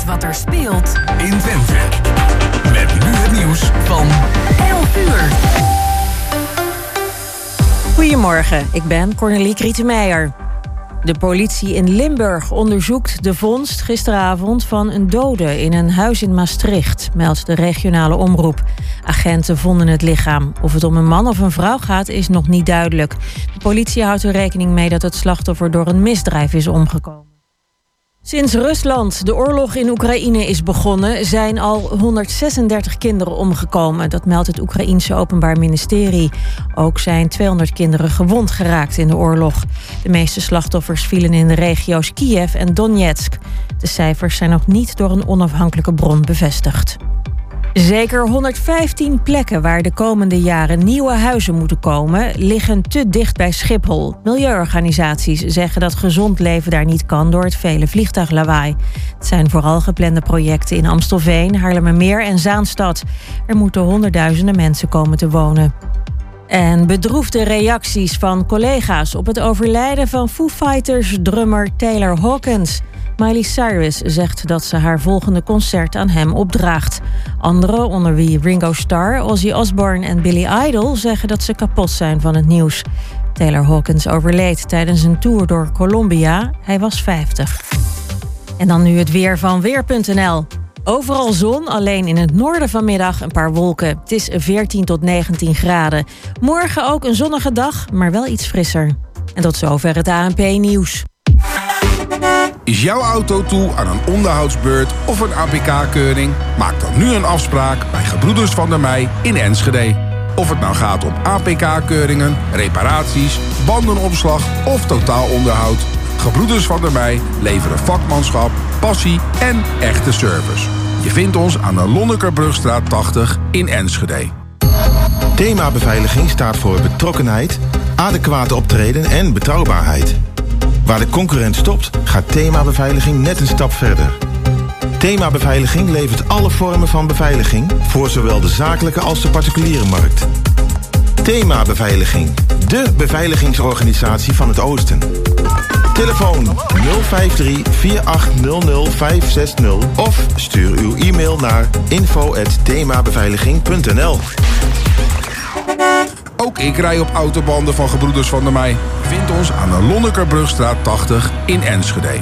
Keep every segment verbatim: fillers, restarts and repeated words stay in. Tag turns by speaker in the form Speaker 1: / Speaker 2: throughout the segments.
Speaker 1: wat er speelt
Speaker 2: in Twente. Met nu het nieuws van
Speaker 1: elf uur.
Speaker 3: Goedemorgen, ik ben Cornelie Krietenmeijer. De politie in Limburg onderzoekt de vondst gisteravond van een dode in een huis in Maastricht, meldt de regionale omroep. Agenten vonden het lichaam. Of het om een man of een vrouw gaat, is nog niet duidelijk. De politie houdt er rekening mee dat het slachtoffer door een misdrijf is omgekomen. Sinds Rusland de oorlog in Oekraïne is begonnen, zijn al honderdzesendertig kinderen omgekomen. Dat meldt het Oekraïense Openbaar Ministerie. Ook zijn tweehonderd kinderen gewond geraakt in de oorlog. De meeste slachtoffers vielen in de regio's Kiev en Donetsk. De cijfers zijn nog niet door een onafhankelijke bron bevestigd. Zeker honderdvijftien plekken waar de komende jaren nieuwe huizen moeten komen, liggen te dicht bij Schiphol. Milieuorganisaties zeggen dat gezond leven daar niet kan door het vele vliegtuiglawaai. Het zijn vooral geplande projecten in Amstelveen, Haarlemmermeer en Zaanstad. Er moeten honderdduizenden mensen komen te wonen. En bedroefde reacties van collega's op het overlijden van Foo Fighters-drummer Taylor Hawkins. Miley Cyrus zegt dat ze haar volgende concert aan hem opdraagt. Anderen, onder wie Ringo Starr, Ozzy Osbourne en Billy Idol, zeggen dat ze kapot zijn van het nieuws. Taylor Hawkins overleed tijdens een tour door Colombia. Hij was vijftig. En dan nu het weer van weer punt n l. Overal zon, alleen in het noorden vanmiddag een paar wolken. Het is veertien tot negentien graden. Morgen ook een zonnige dag, maar wel iets frisser. En tot zover het A N P-nieuws.
Speaker 4: Is jouw auto toe aan een onderhoudsbeurt of een A P K-keuring? Maak dan nu een afspraak bij Gebroeders van der Meij in Enschede. Of het nou gaat om A P K-keuringen, reparaties, bandenopslag of totaalonderhoud. Gebroeders van der Meij leveren vakmanschap, passie en echte service. Je vindt ons aan de Lonnekerbrugstraat tachtig in Enschede.
Speaker 5: Thema beveiliging staat voor betrokkenheid, adequate optreden en betrouwbaarheid. Waar de concurrent stopt, gaat Thema Beveiliging net een stap verder. Thema Beveiliging levert alle vormen van beveiliging voor zowel de zakelijke als de particuliere markt. Thema Beveiliging, de beveiligingsorganisatie van het Oosten. Telefoon nul vijf drie, vier acht nul nul, vijf zes nul of stuur uw e-mail naar info at themabeveiliging punt n l.
Speaker 4: Ook ik rij op autobanden van Gebroeders van der Meij. Vind ons aan de Lonnekerbrugstraat tachtig in Enschede.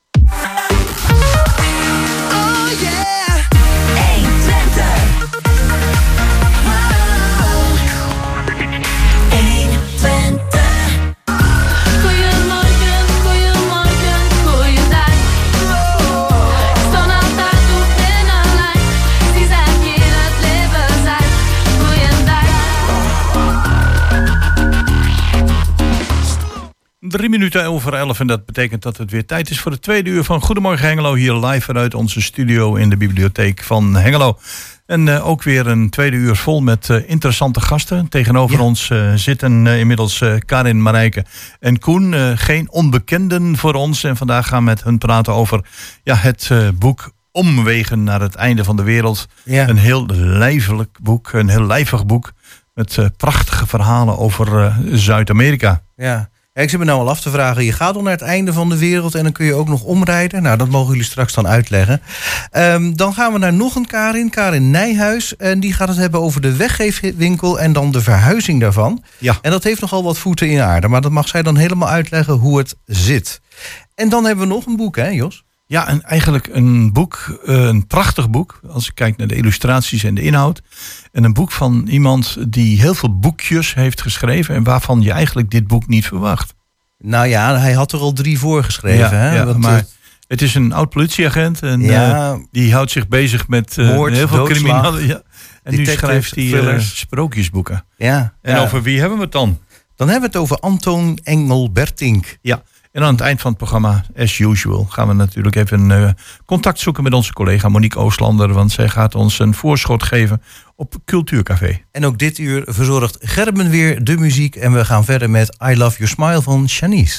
Speaker 6: Drie minuten over elf en dat betekent dat het weer tijd is voor het tweede uur van Goedemorgen Hengelo. Hier live vanuit onze studio in de bibliotheek van Hengelo. En uh, ook weer een tweede uur vol met uh, interessante gasten. Tegenover ja. ons uh, zitten uh, inmiddels uh, Karin, Marijke en Koen. Uh, geen onbekenden voor ons. En vandaag gaan we met hun praten over ja, het uh, boek Omwegen naar het einde van de wereld. Ja. Een heel lijfelijk boek, een heel lijvig boek. Met uh, prachtige verhalen over uh, Zuid-Amerika.
Speaker 7: Ja. Ja, ik zit me nou al af te vragen, je gaat al naar het einde van de wereld en dan kun je ook nog omrijden. Nou, dat mogen jullie straks dan uitleggen. Um, dan gaan we naar nog een Karin, Karin Nijhuis. En die gaat het hebben over de weggeefwinkel en dan de verhuizing daarvan. Ja. En dat heeft nogal wat voeten in aarde, maar dat mag zij dan helemaal uitleggen hoe het zit. En dan hebben we nog een boek, hè Jos?
Speaker 6: Ja, en eigenlijk een boek, een prachtig boek, als ik kijk naar de illustraties en de inhoud. En een boek van iemand die heel veel boekjes heeft geschreven en waarvan je eigenlijk dit boek niet verwacht.
Speaker 7: Nou ja, hij had er al drie voor geschreven.
Speaker 6: Ja,
Speaker 7: hè?
Speaker 6: ja,
Speaker 7: Want,
Speaker 6: maar het is een oud politieagent en ja, uh, die houdt zich bezig met uh,
Speaker 7: moord,
Speaker 6: heel veel criminelen. Ja. En nu schrijft hij uh, sprookjesboeken.
Speaker 7: Ja,
Speaker 6: en
Speaker 7: ja.
Speaker 6: over wie hebben we het dan?
Speaker 7: Dan hebben we het over Anton Engelbertink.
Speaker 6: Ja. En aan het eind van het programma, as usual, gaan we natuurlijk even uh, contact zoeken met onze collega Monique Oostlander. Want zij gaat ons een voorschot geven op Cultuurcafé.
Speaker 7: En ook dit uur verzorgt Gerben weer de muziek. En we gaan verder met I Love Your Smile van Shanice.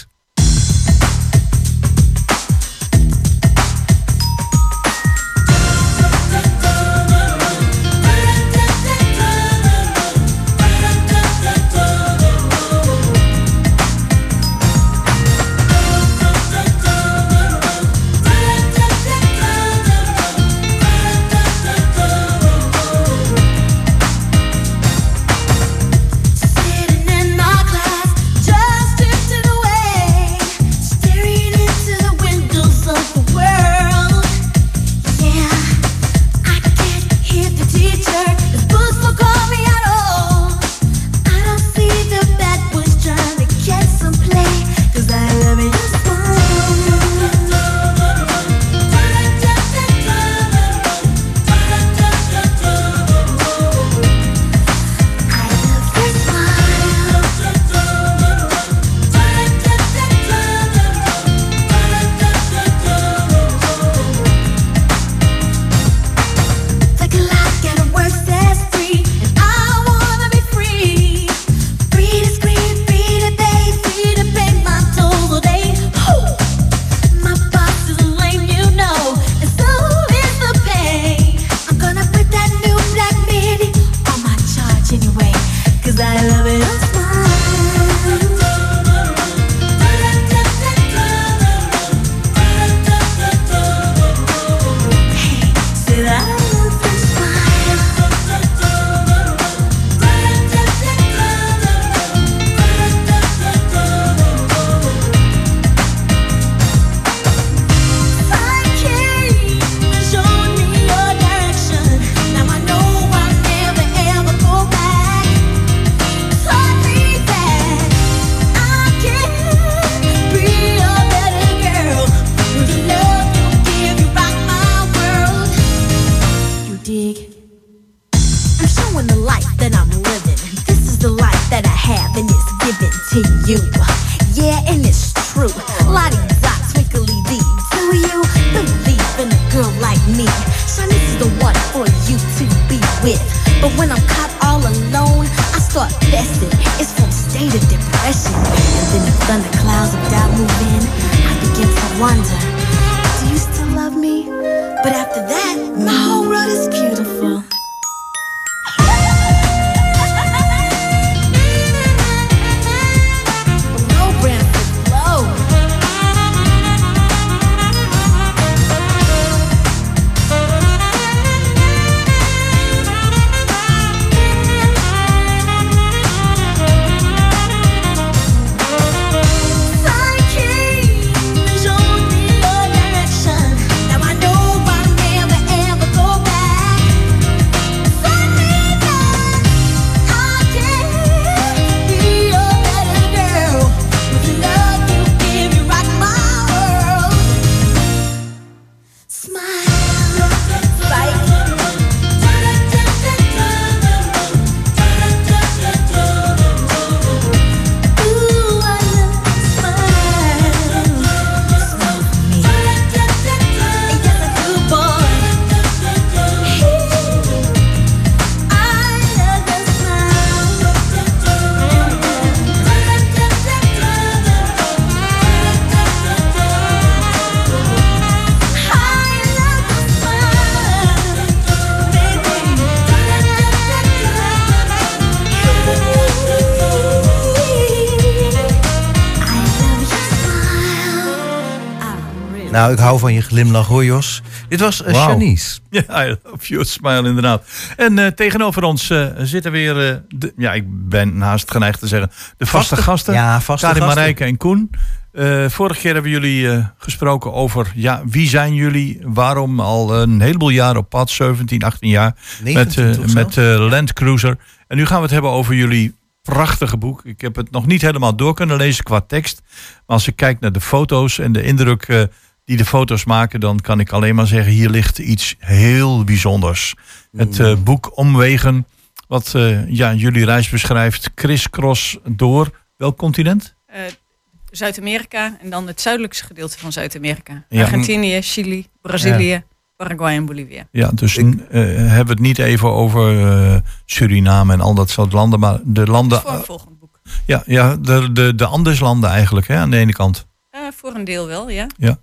Speaker 8: to you. Yeah, and it's true. La-di-da, twinkly-dee. Do you believe in a girl like me? Shawnee's is the one for you to be with. But when I'm caught all alone, I start fessing. It's from state of depression. And then the thunderclouds of doubt move in. I begin to wonder, do you still love me? But after that, my whole world is beautiful.
Speaker 7: Nou, ik hou van je glimlach hoor, Jos. Dit was uh,
Speaker 6: Wow.
Speaker 7: Shanice.
Speaker 6: Ja, I love your smile inderdaad. En uh, tegenover ons uh, zitten weer, uh, de, ja, ik ben haast geneigd te zeggen, de vaste,
Speaker 7: Vaste-
Speaker 6: gasten.
Speaker 7: ja, vaste
Speaker 6: Karin,
Speaker 7: gasten.
Speaker 6: Marijke en Koen. Uh, vorige keer hebben jullie uh, gesproken over, ja, wie zijn jullie? Waarom al een heleboel jaar op pad, zeventien, achttien jaar,
Speaker 7: negentien
Speaker 6: met, uh,
Speaker 7: toch
Speaker 6: met
Speaker 7: zelfs?
Speaker 6: uh, Land Cruiser. En nu gaan we het hebben over jullie prachtige boek. Ik heb het nog niet helemaal door kunnen lezen qua tekst. Maar als ik kijk naar de foto's en de indruk uh, die de foto's maken, dan kan ik alleen maar zeggen, hier ligt iets heel bijzonders. Het uh, boek Omwegen, wat uh, ja, jullie reis beschrijft, crisscross door welk continent?
Speaker 9: Uh, Zuid-Amerika en dan het zuidelijkste gedeelte van Zuid-Amerika.
Speaker 6: Ja.
Speaker 9: Argentinië, Chili, Brazilië, Paraguay en Bolivia.
Speaker 6: Ja, dus uh, hebben we het niet even over uh, Suriname en al dat soort landen, maar de landen.
Speaker 9: Voor een volgend boek.
Speaker 6: Ja, ja de, de, de Andeslanden eigenlijk, hè, aan de ene kant.
Speaker 9: Uh, voor een deel wel, ja.
Speaker 6: Ja.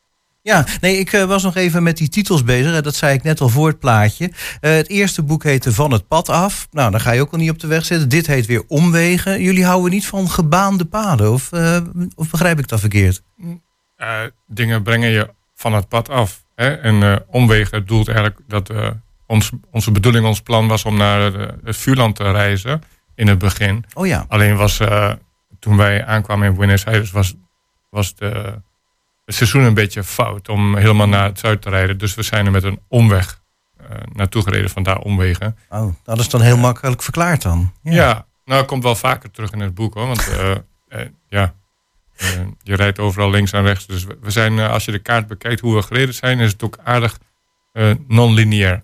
Speaker 7: Ja, nee, ik uh, was nog even met die titels bezig. Hè, dat zei ik net al voor het plaatje. Uh, het eerste boek heette Van het pad af. Nou, dan ga je ook al niet op de weg zitten. Dit heet weer Omwegen. Jullie houden niet van gebaande paden, of, uh, of begrijp ik dat verkeerd?
Speaker 10: Uh, dingen brengen je van het pad af. Hè? En uh, omwegen doelt eigenlijk dat uh, ons, onze bedoeling, ons plan was om naar uh, het vuurland te reizen in het begin.
Speaker 7: Oh ja.
Speaker 10: Alleen was uh, toen wij aankwamen in Buenos Aires was, was de, het seizoen een beetje fout om helemaal naar het zuiden te rijden. Dus we zijn er met een omweg uh, naartoe gereden, vandaar omwegen.
Speaker 7: Oh, dat is dan heel makkelijk verklaard dan.
Speaker 10: Ja, ja, nou het komt wel vaker terug in het boek hoor. Want uh, uh, ja, uh, je rijdt overal links en rechts. Dus we zijn, uh, als je de kaart bekijkt hoe we gereden zijn, is het ook aardig uh, non-lineair.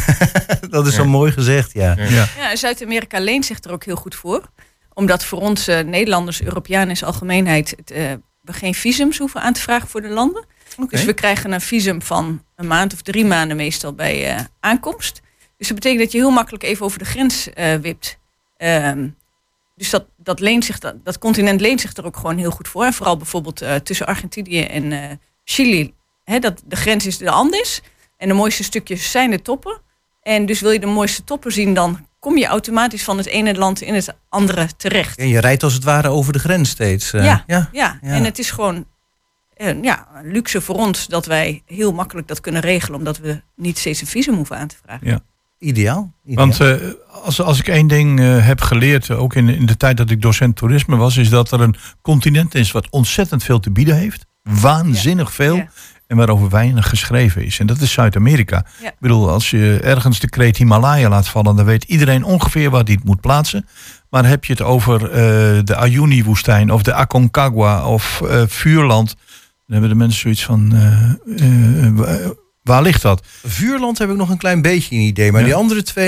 Speaker 7: Dat is
Speaker 10: Ja.
Speaker 7: zo mooi gezegd, ja.
Speaker 10: Ja.
Speaker 6: Ja.
Speaker 9: Ja, Zuid-Amerika leent zich er ook heel goed voor. Omdat voor ons uh, Nederlanders, Europeanen in zijn algemeenheid, het, uh, we geen visums hoeven aan te vragen voor de landen.
Speaker 7: Okay.
Speaker 9: Dus we krijgen een visum van een maand of drie maanden meestal bij uh, aankomst. Dus dat betekent dat je heel makkelijk even over de grens uh, wipt. Um, dus dat, dat, leent zich, dat, dat continent leent zich er ook gewoon heel goed voor. En vooral bijvoorbeeld uh, tussen Argentinië en uh, Chili. Hè, dat, de grens is de Andes. En de mooiste stukjes zijn de toppen. En dus wil je de mooiste toppen zien, dan kom je automatisch van het ene land in het andere terecht.
Speaker 7: En je rijdt als het ware over de grens steeds. Uh,
Speaker 9: Ja,
Speaker 7: ja.
Speaker 9: ja.
Speaker 7: Ja.
Speaker 9: En het is gewoon uh, ja, een luxe voor ons dat wij heel makkelijk dat kunnen regelen, omdat we niet steeds een visum hoeven aan te vragen.
Speaker 6: Ja.
Speaker 7: Ideaal. Ideaal.
Speaker 6: Want uh, als, als ik één ding uh, heb geleerd, uh, ook in, in de tijd dat ik docent toerisme was, is dat er een continent is wat ontzettend veel te bieden heeft. Waanzinnig
Speaker 9: Ja.
Speaker 6: veel.
Speaker 9: Ja.
Speaker 6: En waarover weinig geschreven is. En dat is Zuid-Amerika.
Speaker 9: Ja.
Speaker 6: Ik bedoel, als je ergens de kreet Himalaya laat vallen, dan weet iedereen ongeveer waar die het moet plaatsen. Maar heb je het over uh, de Uyuni-woestijn of de Aconcagua of uh, Vuurland, dan hebben de mensen zoiets van, uh, uh, waar ligt dat?
Speaker 7: Vuurland heb ik nog een klein beetje een idee. Maar
Speaker 6: Ja.
Speaker 7: die andere twee,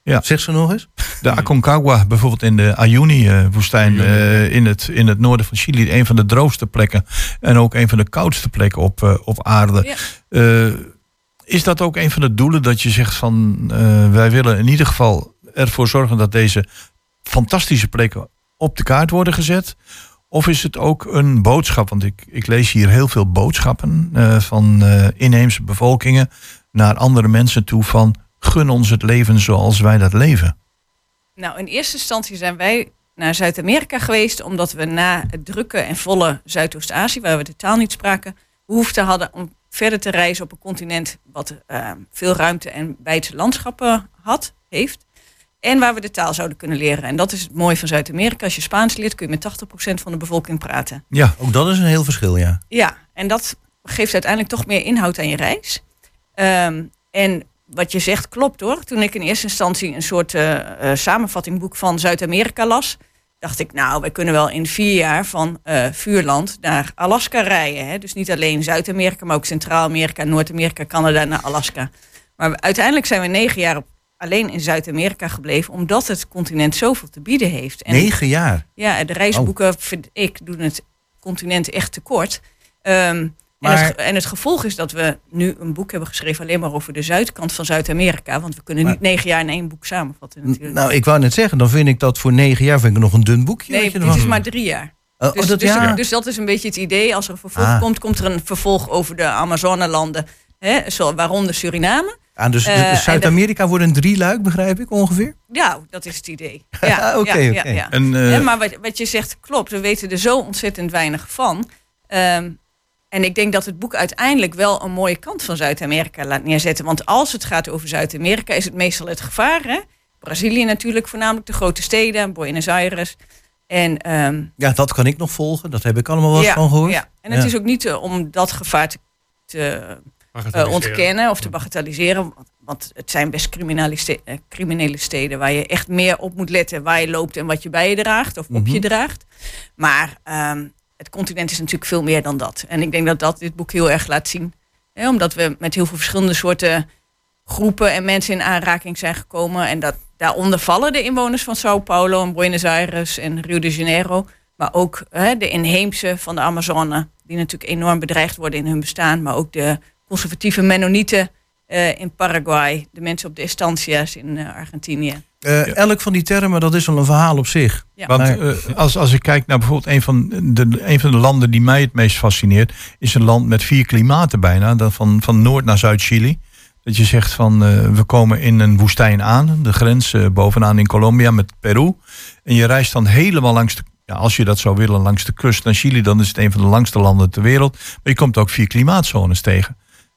Speaker 6: Ja.
Speaker 7: Zeg ze nog eens.
Speaker 6: De Aconcagua, bijvoorbeeld in de Uyuni-woestijn uh, in, het, in het noorden van Chili. Een van de droogste plekken en ook een van de koudste plekken op, uh, op aarde. Ja. Uh, is dat ook een van de doelen dat je zegt van uh, wij willen in ieder geval ervoor zorgen dat deze fantastische plekken op de kaart worden gezet? Of is het ook een boodschap? Want ik, ik lees hier heel veel boodschappen uh, van uh, inheemse bevolkingen naar andere mensen toe van gun ons het leven zoals wij dat leven.
Speaker 9: Nou, in eerste instantie zijn wij naar Zuid-Amerika geweest omdat we na het drukke en volle Zuidoost-Azië, waar we de taal niet spraken, behoefte hadden om verder te reizen op een continent wat uh, veel ruimte en wijdse landschappen had, heeft. En waar we de taal zouden kunnen leren. En dat is het mooie van Zuid-Amerika. Als je Spaans leert, kun je met tachtig procent van de bevolking praten.
Speaker 7: Ja, ook dat is een heel verschil, ja.
Speaker 9: Ja, en dat geeft uiteindelijk toch meer inhoud aan je reis. Um, en wat je zegt klopt hoor. Toen ik in eerste instantie een soort uh, uh, samenvattingboek van Zuid-Amerika las, dacht ik, nou, wij kunnen wel in vier jaar van uh, Vuurland naar Alaska rijden. Hè? Dus niet alleen Zuid-Amerika, maar ook Centraal-Amerika, Noord-Amerika, Canada naar Alaska. Maar uiteindelijk zijn we negen jaar op alleen in Zuid-Amerika gebleven, omdat het continent zoveel te bieden heeft. En
Speaker 7: Negen jaar?
Speaker 9: Ja, de reisboeken, oh. vind ik, doen het continent echt tekort. Um,
Speaker 7: maar...
Speaker 9: en, het, en het gevolg is dat we nu een boek hebben geschreven alleen maar over de zuidkant van Zuid-Amerika. Want we kunnen maar... niet negen jaar in één boek samenvatten natuurlijk.
Speaker 7: Nou, ik wou net zeggen, dan vind ik dat voor negen jaar vind ik nog een dun boekje.
Speaker 9: Nee,
Speaker 7: dit
Speaker 9: is maar drie jaar.
Speaker 7: Oh,
Speaker 9: dus,
Speaker 7: oh, dat,
Speaker 9: dus,
Speaker 7: ja.
Speaker 9: dus dat is een beetje het idee. Als er een vervolg
Speaker 7: ah.
Speaker 9: komt, komt er een vervolg over de Amazonelanden, hè, zo, waaronder Suriname.
Speaker 7: Ah, dus
Speaker 9: Uh,
Speaker 7: dus Zuid-Amerika wordt een drieluik, begrijp ik ongeveer?
Speaker 9: Ja, dat is het idee. Ja,
Speaker 7: Oké,
Speaker 9: ja,
Speaker 7: oké.
Speaker 9: ja, ja.
Speaker 6: En, uh...
Speaker 9: Maar wat, wat je zegt klopt. We weten er zo ontzettend weinig van. Um, en ik denk dat het boek uiteindelijk wel een mooie kant van Zuid-Amerika laat neerzetten. Want als het gaat over Zuid-Amerika is het meestal het gevaar. Hè? Brazilië natuurlijk, voornamelijk de grote steden, Buenos Aires. En, um,
Speaker 7: ja, dat kan ik nog volgen. Dat heb ik allemaal wel eens
Speaker 9: ja,
Speaker 7: van gehoord.
Speaker 9: Ja. En het
Speaker 7: ja.
Speaker 9: is ook niet uh, om dat gevaar te, te uh, ontkennen of te bagatelliseren. Want het zijn best criminele, ste- uh, criminele steden waar je echt meer op moet letten waar je loopt en wat je bij je draagt of
Speaker 7: Mm-hmm.
Speaker 9: op je draagt. Maar um, het continent is natuurlijk veel meer dan dat. En ik denk dat dat dit boek heel erg laat zien. Hè, omdat we met heel veel verschillende soorten groepen en mensen in aanraking zijn gekomen. En dat daaronder vallen de inwoners van Sao Paulo en Buenos Aires en Rio de Janeiro. Maar ook hè, de inheemse van de Amazone, die natuurlijk enorm bedreigd worden in hun bestaan. Maar ook de conservatieve Mennonieten uh, in Paraguay. De mensen op de estancia's in uh, Argentinië.
Speaker 7: Uh, ja. Elk van die termen, dat is wel een verhaal op zich.
Speaker 9: Ja.
Speaker 6: Want
Speaker 7: Maar,
Speaker 6: uh, als, als ik kijk naar bijvoorbeeld een van, de, een van de landen die mij het meest fascineert, is een land met vier klimaten bijna. Dat van, van Noord naar Zuid-Chili. Dat je zegt van uh, we komen in een woestijn aan. De grens uh, bovenaan in Colombia met Peru. En je reist dan helemaal langs de, ja, als je dat zou willen, langs de kust naar Chili. Dan is het een van de langste landen ter wereld. Maar je komt ook vier klimaatzones tegen.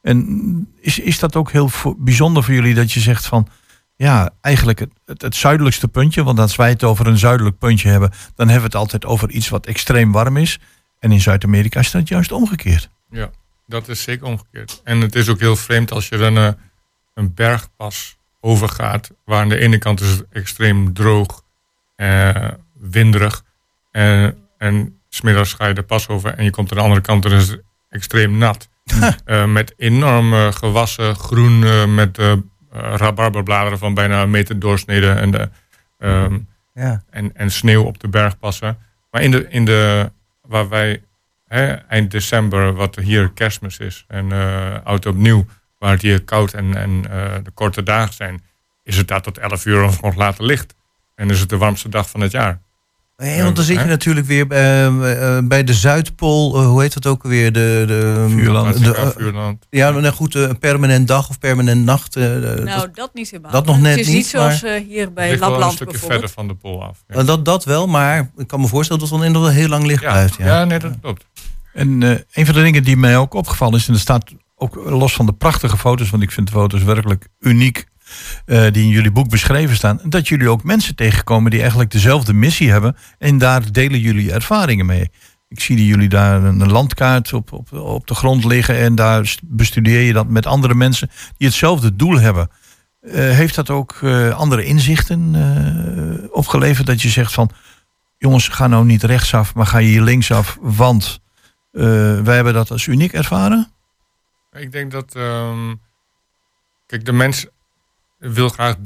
Speaker 6: En is, is dat ook heel voor, bijzonder voor jullie dat je zegt van, ja, eigenlijk het, het, het zuidelijkste puntje. Want als wij het over een zuidelijk puntje hebben, dan hebben we het altijd over iets wat extreem warm is. En in Zuid-Amerika is dat juist omgekeerd.
Speaker 10: Ja, dat is zeker omgekeerd. En het is ook heel vreemd als je dan uh, een bergpas overgaat, waar aan de ene kant is het extreem droog, uh, winderig. Uh, en 's middags ga je de pas over en je komt aan de andere kant en is het extreem nat. uh, met enorme gewassen, groen, uh, met uh, rabarberbladeren van bijna een meter doorsnede en, de, um, ja. en, en sneeuw op de bergpassen. Maar in de, in de waar wij hè, eind december, wat hier Kerstmis is en uh, oud opnieuw, waar het hier koud en, en uh, de korte dagen zijn, is het daar tot elf uur of nog later licht. En is het de warmste dag van het jaar.
Speaker 7: Ja, want dan zit je uh, natuurlijk weer uh, uh, bij de Zuidpool, uh, hoe heet dat ook weer? De, de,
Speaker 6: Vuurland.
Speaker 7: De, uh,
Speaker 10: Vuurland.
Speaker 7: Ja, nou goed, een uh, permanent dag of permanent nacht. Uh,
Speaker 9: nou,
Speaker 7: dat,
Speaker 9: dat niet helemaal.
Speaker 7: Dat nog net
Speaker 9: het is niet,
Speaker 7: niet
Speaker 9: zoals
Speaker 7: maar,
Speaker 9: uh, hier bij
Speaker 10: ligt
Speaker 9: Lapland
Speaker 10: wel een stukje
Speaker 9: bijvoorbeeld.
Speaker 10: verder van de pool af. Ja.
Speaker 7: Uh, dat, dat wel, maar ik kan me voorstellen dat het dan inderdaad heel lang licht
Speaker 10: ja,
Speaker 7: blijft. Ja.
Speaker 10: ja, nee, dat klopt.
Speaker 6: En uh, een van de dingen die mij ook opgevallen is, en er staat ook los van de prachtige foto's, want ik vind de foto's werkelijk uniek, Uh, die in jullie boek beschreven staan, dat jullie ook mensen tegenkomen die eigenlijk dezelfde missie hebben en daar delen jullie ervaringen mee. Ik zie die jullie daar een landkaart op, op, op de grond liggen en daar bestudeer je dat met andere mensen die hetzelfde doel hebben. Uh, heeft dat ook uh, andere inzichten uh, opgeleverd dat je zegt van, jongens, ga nou niet rechtsaf, maar ga je hier linksaf, want uh, wij hebben dat als uniek ervaren?
Speaker 10: Ik denk dat, um, kijk, de mens wil graag delen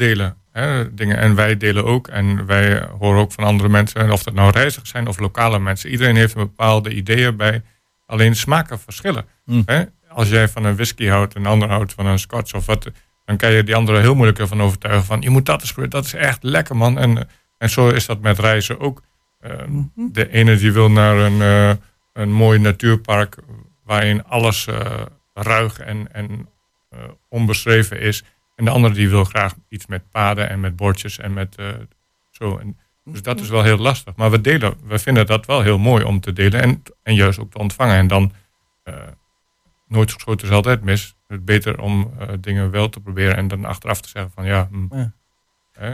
Speaker 10: hè, dingen. En wij delen ook. En wij horen ook van andere mensen. Of dat nou reizigers zijn of lokale mensen. Iedereen heeft een bepaalde ideeën bij. Alleen smaken verschillen. Mm. Hè? Als jij van een whisky houdt, een ander houdt van een scotch of wat, dan kan je die andere heel moeilijk ervan overtuigen van je moet dat eens proberen, dat is echt lekker man. En, en zo is dat met reizen ook. Uh, mm-hmm. De ene die wil naar een, uh, een mooi natuurpark waarin alles uh, ruig en, en uh, onbeschreven is. En de andere die wil graag iets met paden en met bordjes en met uh, zo. En, dus dat is wel heel lastig. Maar we delen, we vinden dat wel heel mooi om te delen en, en juist ook te ontvangen. En dan uh, nooit geschoten is altijd mis. Het is beter om uh, dingen wel te proberen en dan achteraf te zeggen van ja. Hm,
Speaker 7: ja.
Speaker 10: Hè?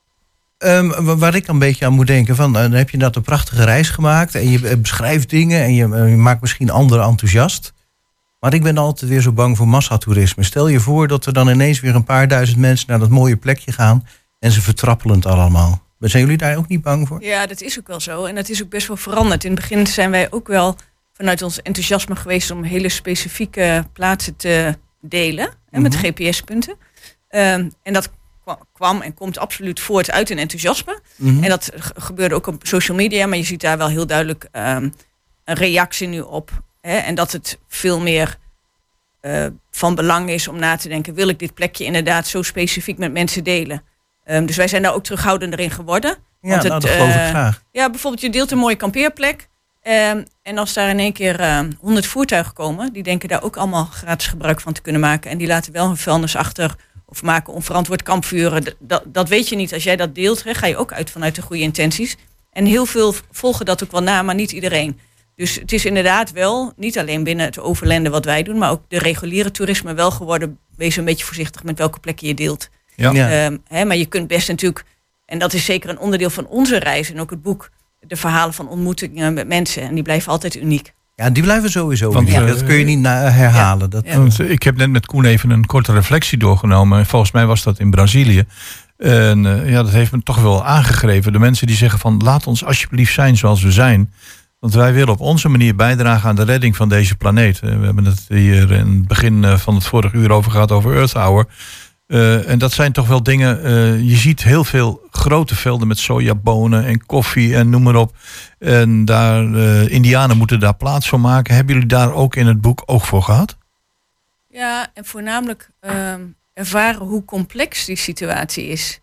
Speaker 7: Um, waar ik een beetje aan moet denken, van, dan heb je dat een prachtige reis gemaakt en je beschrijft dingen en je, je maakt misschien anderen enthousiast. Maar ik ben altijd weer zo bang voor massatoerisme. Stel je voor dat er dan ineens weer een paar duizend mensen naar dat mooie plekje gaan en ze vertrappelen het allemaal. Zijn jullie daar ook niet bang voor?
Speaker 9: Ja, dat is ook wel zo. En dat is ook best wel veranderd. In het begin zijn wij ook wel vanuit ons enthousiasme geweest om hele specifieke plaatsen te delen. Mm-hmm. Met G P S-punten. Um, en dat kwam en komt absoluut voort uit een enthousiasme. Mm-hmm. En dat gebeurde ook op social media. Maar je ziet daar wel heel duidelijk um, een reactie nu op. Hè? En dat het veel meer uh, van belang is om na te denken, wil ik dit plekje inderdaad zo specifiek met mensen delen? Um, dus wij zijn daar ook terughoudender in geworden.
Speaker 7: Ja, want het, nou, dat geloof ik uh, graag.
Speaker 9: Ja, bijvoorbeeld je deelt een mooie kampeerplek. Um, en als daar in één keer uh, honderd voertuigen komen, die denken daar ook allemaal gratis gebruik van te kunnen maken. En die laten wel hun vuilnis achter of maken onverantwoord kampvuren. D- dat, dat weet je niet. Als jij dat deelt, hè, ga je ook uit vanuit de goede intenties. En heel veel volgen dat ook wel na, maar niet iedereen. Dus het is inderdaad wel, niet alleen binnen het overlanden wat wij doen, maar ook de reguliere toerisme wel geworden. Wees een beetje voorzichtig met welke plekken je deelt.
Speaker 6: Ja.
Speaker 7: Ja.
Speaker 9: Um, hè, maar je kunt best natuurlijk, en dat is zeker een onderdeel van onze reis en ook het boek, de verhalen van ontmoetingen met mensen. En die blijven altijd uniek.
Speaker 7: Ja, die blijven sowieso
Speaker 6: Want,
Speaker 7: uniek.
Speaker 6: uh,
Speaker 7: Dat kun je niet na- herhalen.
Speaker 9: Ja.
Speaker 7: Dat,
Speaker 9: Ja.
Speaker 6: Want ik heb net met Koen even een korte reflectie doorgenomen. Volgens mij was dat in Brazilië. En uh, ja, dat heeft me toch wel aangegrepen. De mensen die zeggen van laat ons alsjeblieft zijn zoals we zijn. Want wij willen op onze manier bijdragen aan de redding van deze planeet. We hebben het hier in het begin van het vorige uur over gehad over Earth Hour. Uh, en dat zijn toch wel dingen, uh, je ziet heel veel grote velden met sojabonen en koffie en noem maar op. En daar, uh, Indianen moeten daar plaats voor maken. Hebben jullie daar ook in het boek oog voor gehad?
Speaker 9: Ja, en voornamelijk um, ervaren hoe complex die situatie is.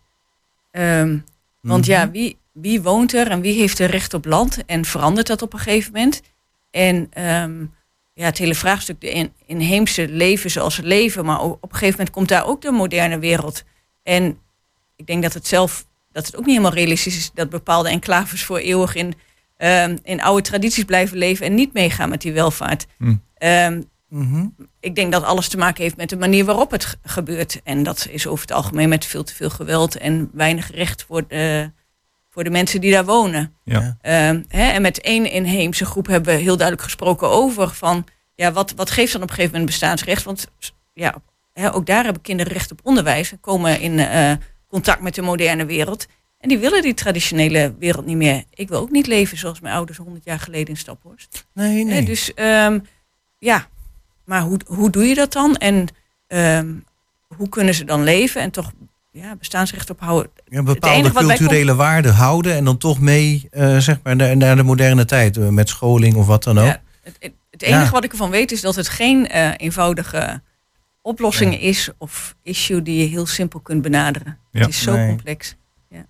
Speaker 9: Um, want
Speaker 7: Mm-hmm.
Speaker 9: ja, wie, wie woont er en wie heeft er recht op land? En verandert dat op een gegeven moment? En um, ja, het hele vraagstuk, de in, inheemse leven zoals we leven. Maar op een gegeven moment komt daar ook de moderne wereld. En ik denk dat het zelf, dat het ook niet helemaal realistisch is dat bepaalde enclaves voor eeuwig in, um, in oude tradities blijven leven en niet meegaan met die welvaart.
Speaker 6: Mm.
Speaker 9: Um,
Speaker 7: Mm-hmm.
Speaker 9: Ik denk dat alles te maken heeft met de manier waarop het gebeurt. En dat is over het algemeen met veel te veel geweld en weinig recht voor de, voor de mensen die daar wonen.
Speaker 6: Ja.
Speaker 9: Um, hè, en met één inheemse groep hebben we heel duidelijk gesproken over van, ja, wat, wat geeft dan op een gegeven moment bestaansrecht? Want ja, hè, ook daar hebben kinderen recht op onderwijs en komen in uh, contact met de moderne wereld. En die willen die traditionele wereld niet meer. Ik wil ook niet leven zoals mijn ouders honderd jaar geleden in Staphorst.
Speaker 7: Nee, nee.
Speaker 9: Hè, dus um, ja, maar hoe, hoe doe je dat dan? En um, hoe kunnen ze dan leven en toch ja, bestaansrecht ophouden?
Speaker 7: Ja, bepaalde
Speaker 9: wat wij
Speaker 7: culturele waarden houden en dan toch mee uh, zeg maar naar, naar de moderne tijd. Uh, met scholing of wat dan ook.
Speaker 9: Ja, het, het, het enige
Speaker 7: Ja.
Speaker 9: wat ik ervan weet is dat het geen uh, eenvoudige oplossing
Speaker 7: Ja.
Speaker 9: is of issue die je heel simpel kunt benaderen.
Speaker 6: Ja.
Speaker 9: Het is zo
Speaker 7: Nee.
Speaker 9: complex.
Speaker 6: Uh,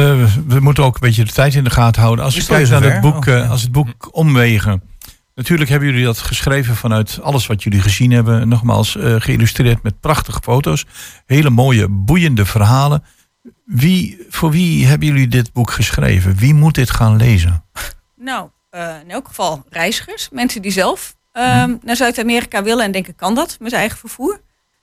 Speaker 6: we moeten ook een beetje de tijd in de gaten houden. Als
Speaker 7: Is
Speaker 6: je kijkt
Speaker 7: het
Speaker 6: naar het
Speaker 7: zover?
Speaker 6: boek,
Speaker 7: Oh,
Speaker 6: uh,
Speaker 7: ja.
Speaker 6: als het boek Omwegen. Natuurlijk hebben jullie dat geschreven vanuit alles wat jullie gezien hebben. Nogmaals, uh, geïllustreerd met prachtige foto's. Hele mooie, boeiende verhalen. Wie, voor wie hebben jullie dit boek geschreven? Wie moet dit gaan lezen?
Speaker 9: Nou, uh, in elk geval reizigers. Mensen die zelf um, naar Zuid-Amerika willen en denken, kan dat met eigen vervoer?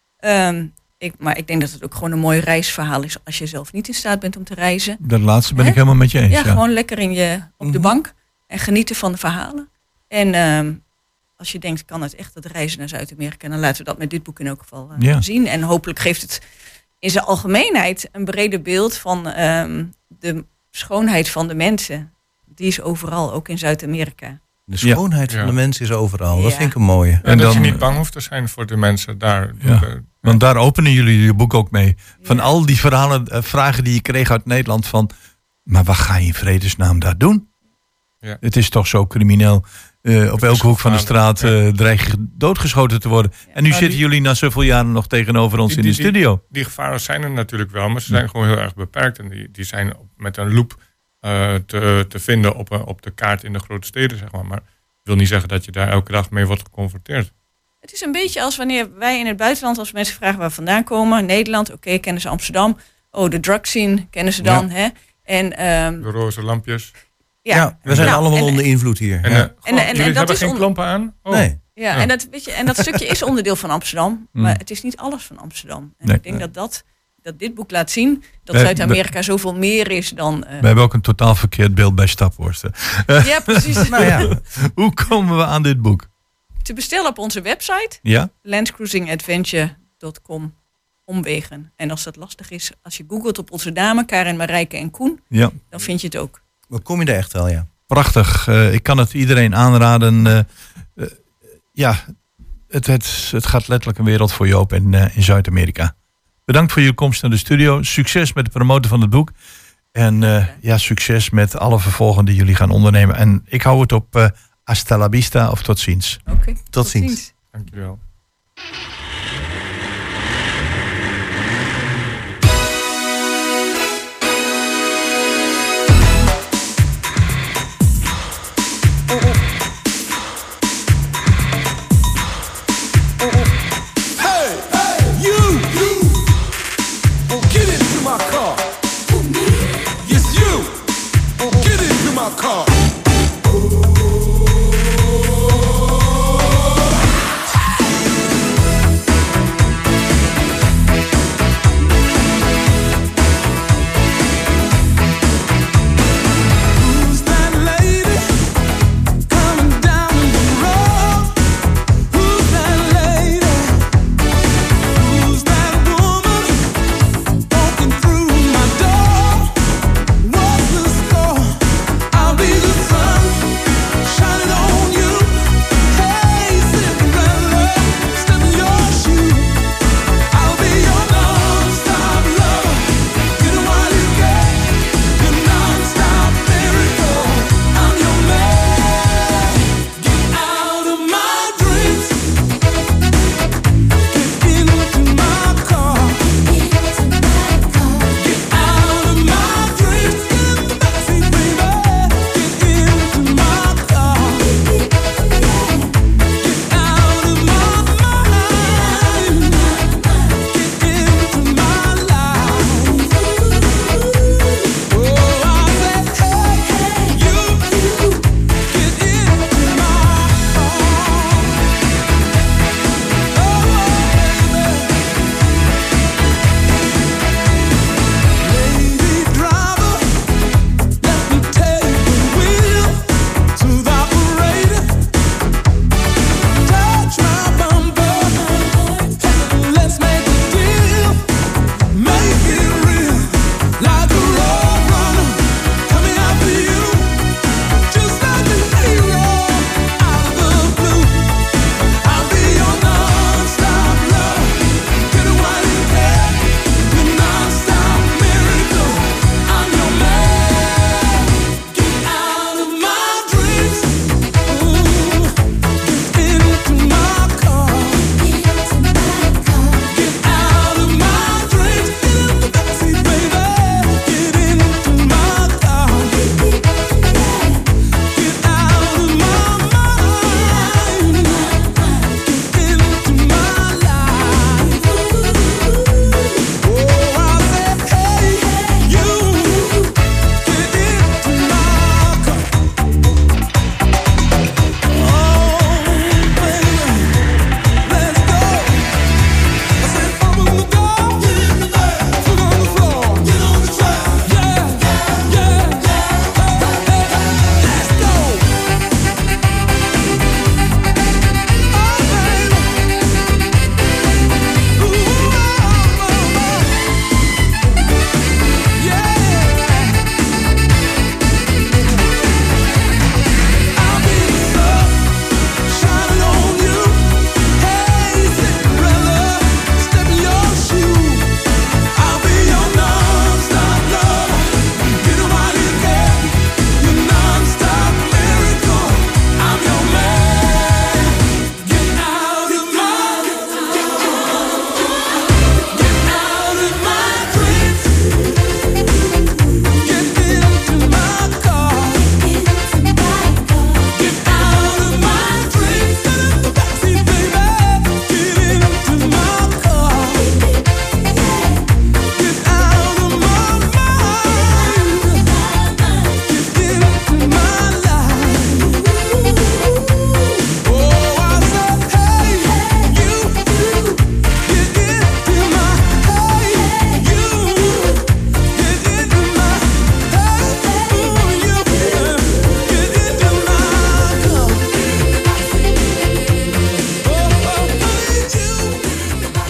Speaker 9: Um, ik, maar ik denk dat het ook gewoon een mooi reisverhaal is als je zelf niet in staat bent om te reizen.
Speaker 6: Dat laatste ben
Speaker 9: Hè?
Speaker 6: ik helemaal met je eens.
Speaker 9: Ja,
Speaker 6: Ja,
Speaker 9: gewoon lekker in je, op de
Speaker 7: Mhm.
Speaker 9: bank en genieten van de verhalen. En um, als je denkt, kan het echt dat reizen naar Zuid-Amerika, dan laten we dat met dit boek in elk geval uh,
Speaker 6: Ja.
Speaker 9: zien. En hopelijk geeft het in zijn algemeenheid een breder beeld van um, de schoonheid van de mensen. Die is overal, ook in Zuid-Amerika.
Speaker 7: De schoonheid
Speaker 10: Ja.
Speaker 7: van de mens is overal. Dat
Speaker 9: Ja.
Speaker 7: vind ik een mooie.
Speaker 10: En,
Speaker 6: En
Speaker 10: dat
Speaker 6: dan-
Speaker 10: je niet bang hoeft te zijn voor de mensen daar.
Speaker 6: Ja.
Speaker 10: De-
Speaker 6: Want daar openen jullie je boek ook mee. Van ja. al die verhalen, uh, vragen die je kreeg uit Nederland van... maar wat ga je in vredesnaam daar doen? Ja. Het is toch zo crimineel. Uh, op elke hoek van de straat uh, dreig je doodgeschoten te worden. Ja. En nu ja, zitten die, jullie na zoveel jaren nog tegenover ons die, die, in de studio.
Speaker 10: Die, die gevaren zijn er natuurlijk wel, maar ze zijn ja. gewoon heel erg beperkt. En die, die zijn met een loep uh, te, te vinden op, op de kaart in de grote steden, zeg maar. Maar dat wil niet zeggen dat je daar elke dag mee wordt geconfronteerd.
Speaker 9: Het is een beetje als wanneer wij in het buitenland, als mensen vragen waar we vandaan komen. Nederland, oké, okay, kennen ze Amsterdam. Oh, de drug scene kennen ze dan. Ja. Hè? En, um,
Speaker 10: de roze lampjes.
Speaker 7: Ja, ja we zijn nou, allemaal en, onder invloed hier.
Speaker 10: En,
Speaker 7: ja.
Speaker 10: uh, en, en, en, jullie en dat hebben is geen on... klompen aan? Oh.
Speaker 7: Nee.
Speaker 9: Ja, ja. En, dat, weet je, en dat stukje is onderdeel van Amsterdam. Mm. Maar het is niet alles van Amsterdam. En nee. ik denk nee. dat, dat, dat dit boek laat zien dat Zuid-Amerika zoveel meer is dan... Uh...
Speaker 6: We hebben ook een totaal verkeerd beeld bij Staphorst.
Speaker 9: Ja, precies.
Speaker 6: Nou ja. Hoe komen we aan dit boek?
Speaker 9: Te bestellen op onze website.
Speaker 6: Ja?
Speaker 9: landscruisingadventure dot com. Omwegen. En als dat lastig is, als je googelt op onze namen, Karin, Marijke en Koen,
Speaker 6: ja.
Speaker 9: dan vind je het ook.
Speaker 7: Dan kom je er echt wel, ja.
Speaker 6: Prachtig. Uh, ik kan het iedereen aanraden. Uh, uh, ja, het, het, het gaat letterlijk een wereld voor je open in, uh, in Zuid-Amerika. Bedankt voor je komst naar de studio. Succes met het promoten van het boek. En uh, ja. ja, succes met alle vervolgen die jullie gaan ondernemen. En ik hou het op uh, hasta la vista of tot ziens.
Speaker 9: Oké, okay,
Speaker 7: tot, tot ziens. ziens.
Speaker 10: Dankjewel.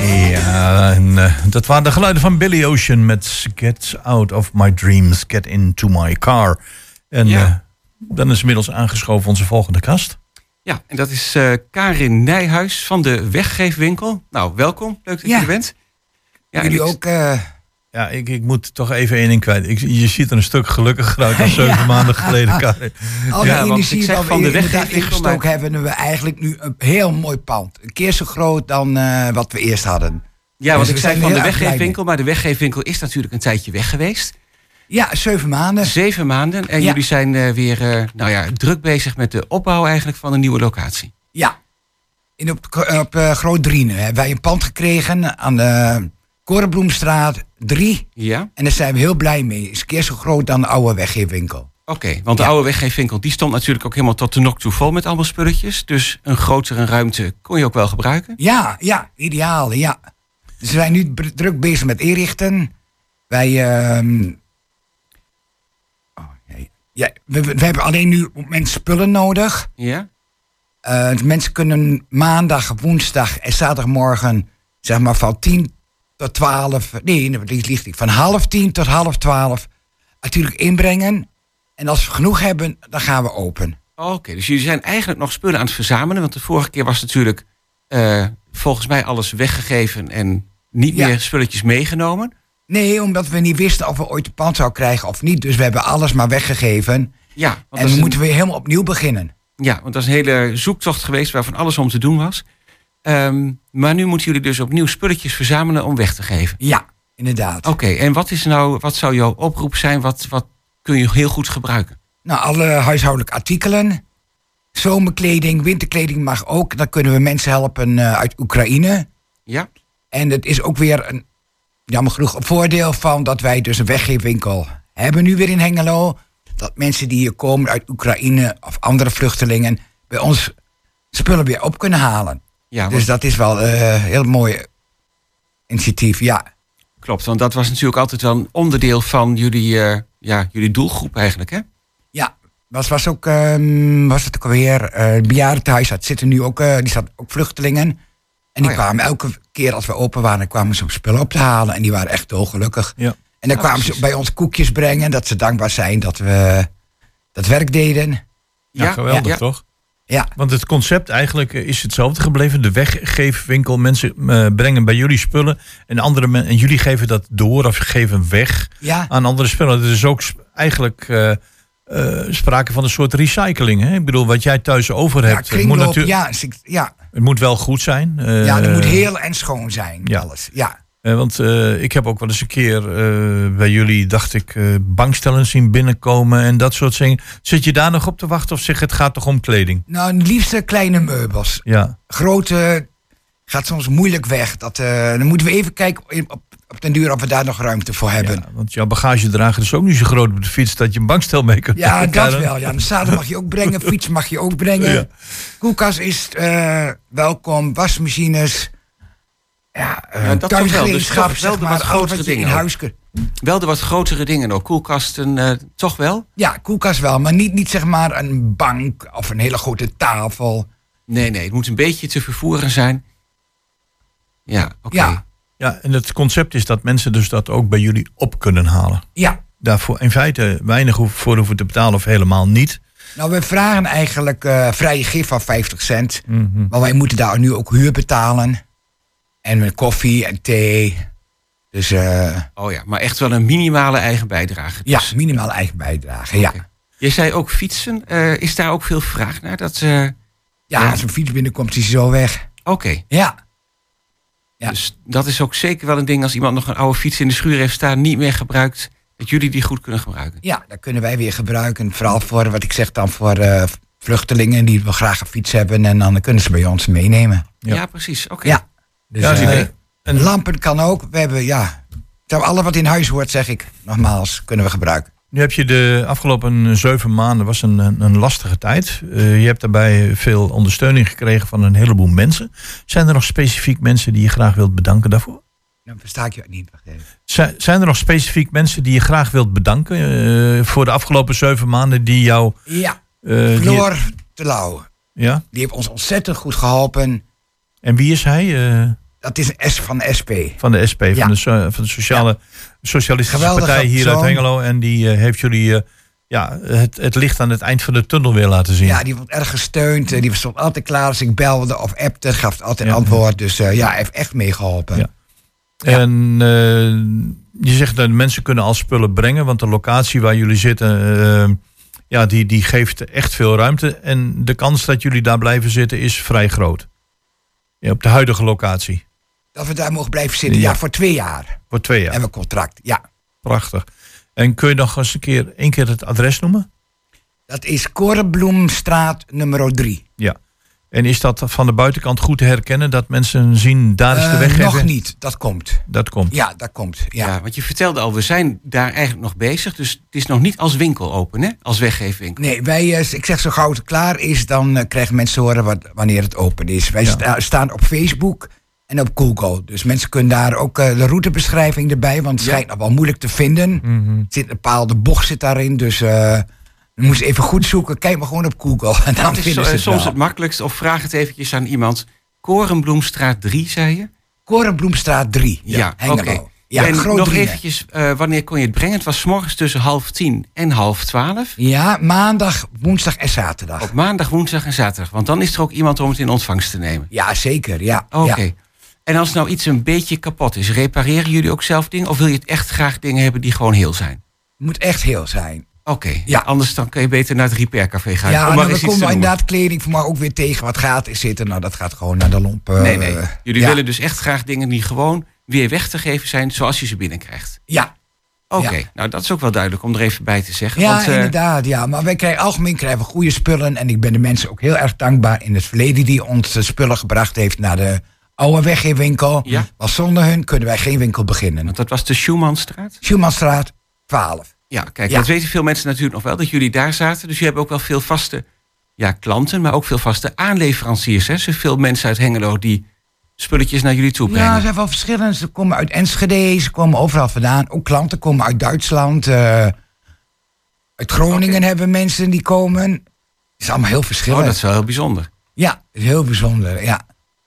Speaker 6: Ja, en, uh, dat waren de geluiden van Billy Ocean met Get Out of My Dreams, Get Into My Car. En ja. uh, dan is inmiddels aangeschoven onze volgende gast.
Speaker 11: Ja, en dat is uh, Karin Nijhuis van de Weggeefwinkel. Nou, welkom. Leuk dat ja. je er bent.
Speaker 12: Ja, jullie ook... Uh...
Speaker 6: Ja, ik, ik moet toch even één ding kwijt. Ik, je ziet er een stuk gelukkiger uit dan zeven ja. maanden geleden, Karin.
Speaker 12: Al ja, die energie ik zeg, van de Weggeefwinkel ingestoken maar... hebben we eigenlijk nu een heel mooi pand. Een keer zo groot dan uh, wat we eerst hadden.
Speaker 11: Ja, want dus ik zei van de Weggeefwinkel, maar de Weggeefwinkel is natuurlijk een tijdje weg geweest.
Speaker 12: Ja, zeven maanden.
Speaker 11: Zeven maanden. En ja. jullie zijn uh, weer uh, nou ja, druk bezig met de opbouw eigenlijk van een nieuwe locatie.
Speaker 12: Ja. In op op uh, Groot Driene hebben wij een pand gekregen aan de Korenbloemstraat drie.
Speaker 11: Ja.
Speaker 12: En daar zijn we heel blij mee. Is een keer zo groot dan de oude Weggeefwinkel.
Speaker 11: Oké, okay, want de ja. oude Weggeefwinkel die stond natuurlijk ook helemaal tot de nok toe vol met allemaal spulletjes. Dus een grotere ruimte kon je ook wel gebruiken.
Speaker 12: Ja, ja, ideaal, ja. Dus we zijn nu druk bezig met inrichten. Wij... Uh, Ja, we, we hebben alleen nu mensen spullen nodig.
Speaker 11: Ja.
Speaker 12: Uh, mensen kunnen maandag, woensdag en zaterdagmorgen, zeg maar van tien tot twaalf, nee, dat ligt niet, van half tien tot half twaalf, natuurlijk inbrengen. En als we genoeg hebben, dan gaan we open.
Speaker 11: Oké, okay, dus jullie zijn eigenlijk nog spullen aan het verzamelen, want de vorige keer was natuurlijk uh, volgens mij alles weggegeven en niet ja. meer spulletjes meegenomen.
Speaker 12: Nee, omdat we niet wisten of we ooit een pand zouden krijgen of niet. Dus we hebben alles maar weggegeven.
Speaker 11: Ja,
Speaker 12: en dan moeten een... we helemaal opnieuw beginnen.
Speaker 11: Ja, want dat is een hele zoektocht geweest waarvan alles om te doen was. Um, maar nu moeten jullie dus opnieuw spulletjes verzamelen om weg te geven.
Speaker 12: Ja, inderdaad.
Speaker 11: Oké, okay, en wat is nou, wat zou jouw oproep zijn? Wat, wat kun je heel goed gebruiken?
Speaker 12: Nou, alle huishoudelijke artikelen. Zomerkleding, winterkleding mag ook. Dan kunnen we mensen helpen uh, uit Oekraïne.
Speaker 11: Ja.
Speaker 12: En het is ook weer een... jammer genoeg een voordeel van dat wij dus een weggeefwinkel hebben nu weer in Hengelo. Dat mensen die hier komen uit Oekraïne of andere vluchtelingen bij ons spullen weer op kunnen halen. Ja, want... Dus dat is wel een uh, heel mooi initiatief, ja.
Speaker 11: Klopt, want dat was natuurlijk altijd wel een onderdeel van jullie, uh, ja, jullie doelgroep eigenlijk, hè?
Speaker 12: Ja, was, was ook, um, was het ook alweer, uh, bejaardentehuis, dat zitten nu ook, uh, die staat ook vluchtelingen. En die oh ja. kwamen elke keer als we open waren, kwamen ze om spullen op te halen. En die waren echt dolgelukkig. Ja. En dan ja, kwamen precies. ze bij ons koekjes brengen. Dat ze dankbaar zijn dat we dat werk deden.
Speaker 6: Ja, ja geweldig ja. toch?
Speaker 12: Ja.
Speaker 6: Want het concept eigenlijk is hetzelfde gebleven. De weggeefwinkel. Mensen uh, brengen bij jullie spullen. En, andere men- en jullie geven dat door of geven weg
Speaker 12: ja.
Speaker 6: aan andere spullen. Dat is ook sp- eigenlijk... Uh, Uh, sprake van een soort recycling. Hè? Ik bedoel, wat jij thuis over hebt.
Speaker 12: Ja, kringloop, het moet
Speaker 6: ja,
Speaker 12: ja.
Speaker 6: Het moet wel goed zijn. Uh,
Speaker 12: ja, het moet heel en schoon zijn. Ja. Alles. Ja.
Speaker 6: Uh, want uh, ik heb ook wel eens een keer uh, bij jullie, dacht ik, uh, bankstellen zien binnenkomen en dat soort dingen. Zit je daar nog op te wachten of zeg het gaat toch om kleding?
Speaker 12: Nou, het liefste kleine meubels.
Speaker 6: Ja.
Speaker 12: Grote gaat soms moeilijk weg. Dat, uh, dan moeten we even kijken op, op den duur of we daar nog ruimte voor hebben.
Speaker 6: Ja, want jouw bagagedrager is ook niet zo groot op de fiets dat je een bankstel mee kunt
Speaker 12: Ja,
Speaker 6: maken.
Speaker 12: dat wel. Ja, de zadel mag je ook brengen, fiets mag je ook brengen. Ja. Koelkast is uh, welkom, wasmachines. Ja, uh,
Speaker 11: ja dat toch wel. Dus wel
Speaker 12: zeg
Speaker 11: de
Speaker 12: maar,
Speaker 11: wat grotere dingen.
Speaker 12: In huis kun...
Speaker 11: Wel de wat grotere dingen ook. Koelkasten uh, toch wel?
Speaker 12: Ja, koelkast wel. Maar niet, niet zeg maar een bank of een hele grote tafel.
Speaker 11: Nee, nee. Het moet een beetje te vervoeren zijn. Ja, oké. Okay.
Speaker 12: Ja.
Speaker 6: Ja, en het concept is dat mensen dus dat ook bij jullie op kunnen halen.
Speaker 12: Ja.
Speaker 6: Daarvoor in feite weinig voor hoeven te betalen of helemaal niet.
Speaker 12: Nou, we vragen eigenlijk uh, vrije gif van vijftig cent.
Speaker 6: Mm-hmm.
Speaker 12: Maar wij moeten daar nu ook huur betalen. En met koffie en thee. Dus, uh,
Speaker 11: oh ja, maar echt wel een minimale eigen bijdrage. Dus.
Speaker 12: Ja, minimale eigen bijdrage, okay. ja.
Speaker 11: Je zei ook fietsen. Uh, is daar ook veel vraag naar? Dat, uh,
Speaker 12: ja, ja, als een fiets binnenkomt, is hij zo weg.
Speaker 11: Oké. Okay.
Speaker 12: Ja. Ja.
Speaker 11: Dus dat is ook zeker wel een ding als iemand nog een oude fiets in de schuur heeft staan, niet meer gebruikt, dat jullie die goed kunnen gebruiken.
Speaker 12: Ja, dat kunnen wij weer gebruiken. Vooral voor, wat ik zeg dan, voor uh, vluchtelingen die wel graag een fiets hebben en dan kunnen ze bij ons meenemen.
Speaker 11: Ja, ja precies. Oké. Okay.
Speaker 12: Ja. Dus,
Speaker 6: ja,
Speaker 12: uh,
Speaker 6: nee.
Speaker 12: En lampen kan ook. We hebben, ja, alles wat in huis hoort, zeg ik, nogmaals, kunnen we gebruiken.
Speaker 6: Nu heb je de afgelopen zeven maanden, was een, een lastige tijd. Uh, je hebt daarbij veel ondersteuning gekregen van een heleboel mensen. Zijn er nog specifiek mensen die je graag wilt bedanken daarvoor?
Speaker 12: Dan versta ik je niet. Wacht even.
Speaker 6: Z- zijn er nog specifiek mensen die je graag wilt bedanken uh, voor de afgelopen zeven maanden die jou...
Speaker 12: Ja,
Speaker 6: uh,
Speaker 12: Floor
Speaker 6: die...
Speaker 12: Te Lauw.
Speaker 6: Ja?
Speaker 12: Die heeft ons ontzettend goed geholpen.
Speaker 6: En wie is hij? Uh...
Speaker 12: Dat is een S van de S P.
Speaker 6: Van de S P,
Speaker 12: Ja.
Speaker 6: van, de, so- van de sociale,
Speaker 12: Ja.
Speaker 6: Socialistische
Speaker 12: Geweldige
Speaker 6: Partij hier uit
Speaker 12: persoon.
Speaker 6: Hengelo. En die uh, heeft jullie uh, ja, het, het licht aan het eind van de tunnel weer laten zien.
Speaker 12: Ja, die wordt erg gesteund. eh, Die stond altijd klaar als ik belde of appte. Gaf altijd
Speaker 6: Ja.
Speaker 12: antwoord. Dus uh, ja, hij heeft echt meegeholpen.
Speaker 6: Ja. En uh, je zegt dat mensen kunnen al spullen brengen. Want de locatie waar jullie zitten, uh, ja, die, die geeft echt veel ruimte. En de kans dat jullie daar blijven zitten is vrij groot. Ja, op de huidige locatie.
Speaker 12: Dat we daar mogen blijven zitten. Ja,
Speaker 6: Ja.
Speaker 12: voor twee jaar.
Speaker 6: Voor twee jaar.
Speaker 12: Hebben we contract, ja.
Speaker 6: Prachtig. En kun je nog eens een keer, één keer het adres noemen?
Speaker 12: Dat is Korenbloemstraat nummer drie.
Speaker 6: Ja. En is dat van de buitenkant goed te herkennen? Dat mensen zien, daar is de
Speaker 12: Eh,
Speaker 6: weg
Speaker 12: nog
Speaker 6: even?
Speaker 12: niet, dat komt.
Speaker 6: Dat komt.
Speaker 12: Ja, dat komt. Ja.
Speaker 11: Ja, want je vertelde al, we zijn daar eigenlijk nog bezig. Dus het is nog niet als winkel open, hè? Als weggeefwinkel.
Speaker 12: Nee, wij, eh, ik zeg zo gauw het klaar is, dan eh, krijgen mensen horen wat, wanneer het open is. Wij
Speaker 6: Ja.
Speaker 12: sta- staan op Facebook en op Google. Dus mensen kunnen daar ook eh, de routebeschrijving erbij, want het
Speaker 11: Ja.
Speaker 12: schijnt nog wel moeilijk te vinden.
Speaker 6: Mhm.
Speaker 12: Er zit een bepaalde bocht zit daarin, dus eh je moet even goed zoeken. Kijk maar gewoon op Google en dan
Speaker 11: Dat is
Speaker 12: vinden
Speaker 11: so-
Speaker 12: ze het
Speaker 11: soms
Speaker 12: wel.
Speaker 11: het makkelijkst. Of vraag het eventjes aan iemand. Korenbloemstraat drie, zei je?
Speaker 12: Korenbloemstraat drie, ja,
Speaker 11: Ja,
Speaker 12: Hengelo.
Speaker 11: oké.
Speaker 12: Ja,
Speaker 11: en
Speaker 12: groot
Speaker 11: nog
Speaker 12: drie, hè.
Speaker 11: eventjes, uh, wanneer kon je het brengen? Het was 's morgens tussen half tien en half twaalf.
Speaker 12: Ja, maandag, woensdag en zaterdag.
Speaker 11: Op maandag, woensdag en zaterdag. Want dan is er ook iemand om het in ontvangst te nemen.
Speaker 12: Ja, zeker, ja.
Speaker 11: Oké.
Speaker 12: ja.
Speaker 11: En als nou iets een beetje kapot is, repareren jullie ook zelf dingen? Of wil je het echt graag dingen hebben die gewoon heel zijn?
Speaker 12: Moet echt heel zijn.
Speaker 11: Oké,
Speaker 12: Ja.
Speaker 11: ja. Anders dan kun je beter naar het repaircafé gaan.
Speaker 12: Ja,
Speaker 11: om
Speaker 12: en
Speaker 11: maar
Speaker 12: dan
Speaker 11: eens iets
Speaker 12: komen
Speaker 11: te
Speaker 12: we
Speaker 11: noemen.
Speaker 12: inderdaad kleding voor mij ook weer tegen wat gratis zitten. Nou, dat gaat gewoon naar de lomp. eh,
Speaker 11: Nee, nee. Jullie
Speaker 12: ja.
Speaker 11: willen dus echt graag dingen die gewoon weer weg te geven zijn zoals je ze binnenkrijgt.
Speaker 12: Ja,
Speaker 11: Oké,
Speaker 12: Ja.
Speaker 11: nou dat is ook wel duidelijk om er even bij te zeggen.
Speaker 12: ja
Speaker 11: want, eh,
Speaker 12: inderdaad. Ja. Maar wij krijgen algemeen krijgen we goede spullen. En ik ben de mensen ook heel erg dankbaar in het verleden die ons eh, spullen gebracht heeft naar de oude weggeefwinkel.
Speaker 11: Ja.
Speaker 12: Want zonder hun kunnen wij geen winkel beginnen.
Speaker 11: Want dat was de Schumannstraat?
Speaker 12: Schumannstraat twaalf.
Speaker 11: Ja, kijk,
Speaker 12: Ja.
Speaker 11: dat weten veel mensen natuurlijk nog wel, dat jullie daar zaten. Dus je hebt ook wel veel vaste ja, klanten, maar ook veel vaste aanleveranciers. Hè? Zoveel mensen uit Hengelo die spulletjes naar jullie toe brengen.
Speaker 12: Ja, ze zijn wel verschillend. Ze komen uit Enschede, ze komen overal vandaan. Ook klanten komen uit Duitsland. eh, uit Groningen hebben mensen die komen. Het is allemaal heel verschillend.
Speaker 11: Oh, dat is wel heel bijzonder.
Speaker 12: Ja, het is heel bijzonder, ja.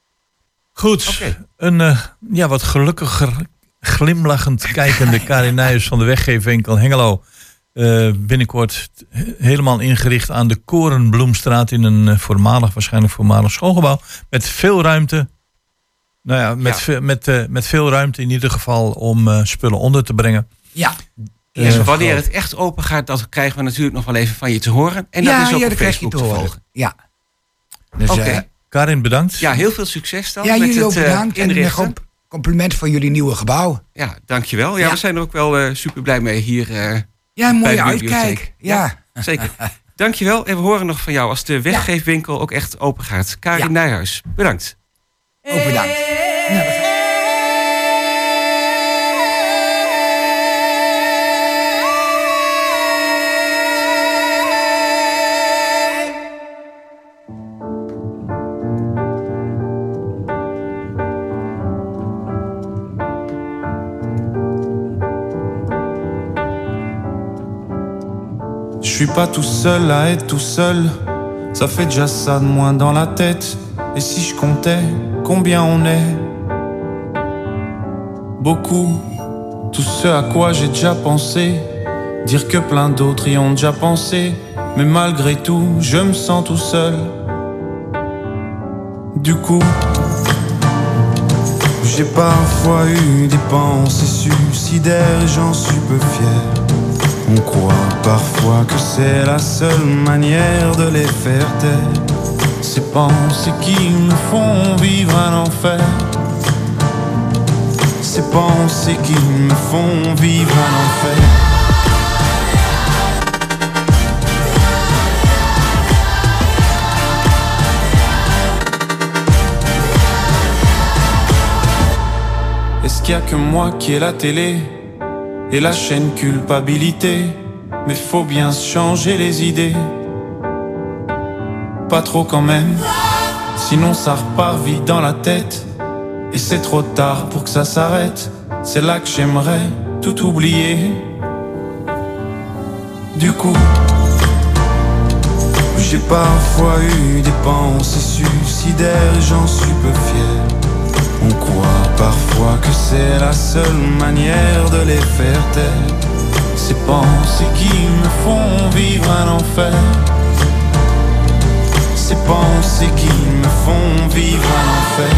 Speaker 6: Goed,
Speaker 11: Oké.
Speaker 6: een uh, ja, wat gelukkiger, glimlachend kijkende Karin Nijers van de weggeefwinkel Hengelo. Uh, binnenkort helemaal ingericht aan de Korenbloemstraat in een uh, voormalig, waarschijnlijk voormalig schoolgebouw. Met veel ruimte. Nou ja, met,
Speaker 11: Ja.
Speaker 6: Ve- met, uh, met veel ruimte in ieder geval om uh, spullen onder te brengen.
Speaker 12: Ja,
Speaker 11: Dus
Speaker 6: Uh,
Speaker 11: wanneer het echt open gaat, dat krijgen we natuurlijk nog wel even van je te horen. En dat
Speaker 12: ja,
Speaker 11: is ook
Speaker 12: ja,
Speaker 11: op
Speaker 12: dat krijg je
Speaker 11: Facebook
Speaker 12: te
Speaker 11: te,
Speaker 12: horen.
Speaker 11: volgen.
Speaker 12: Ja. Dus,
Speaker 11: Oké.
Speaker 12: eh,
Speaker 6: Karin, bedankt.
Speaker 11: Ja, heel veel succes dan
Speaker 12: ja,
Speaker 11: met
Speaker 12: jullie
Speaker 11: het
Speaker 12: ook
Speaker 11: eh,
Speaker 12: bedankt. En
Speaker 11: inrichten.
Speaker 12: een compliment voor jullie nieuwe gebouw.
Speaker 11: Ja, dankjewel. Ja,
Speaker 12: Ja.
Speaker 11: we zijn er ook wel uh, super blij mee hier. Uh,
Speaker 12: Ja, een
Speaker 11: bij
Speaker 12: mooie
Speaker 11: de bibliotheek.
Speaker 12: uitkijk. Ja.
Speaker 11: Zeker. Dankjewel. En we horen nog van jou als de weggeefwinkel ook echt open gaat. Karin
Speaker 12: Ja.
Speaker 11: Nijhuis, bedankt.
Speaker 12: Ook bedankt. Nou, we gaan-
Speaker 13: Je suis pas tout seul à être tout seul, ça fait déjà ça de moins dans la tête. Et si je comptais combien on est? Beaucoup, tout ce à quoi j'ai déjà pensé, dire que plein d'autres y ont déjà pensé. Mais malgré tout, je me sens tout seul. Du coup, j'ai parfois eu des pensées suicidaires et j'en suis peu fier. On croit parfois que c'est la seule manière de les faire taire. Ces pensées qui me font vivre un enfer. Ces pensées qui me font vivre un enfer. Est-ce qu'il y a que moi qui ai la télé et la chaîne culpabilité? Mais faut bien se changer les idées. Pas trop quand même, sinon ça repart vite dans la tête. Et c'est trop tard pour que ça s'arrête. C'est là que j'aimerais tout oublier. Du coup, j'ai parfois eu des pensées suicidaires et j'en suis peu fier. On crois parfois que c'est la seule manière de les faire taire. Ces pensées qui me font vivre un enfer. Ces pensées qui me font vivre un enfer.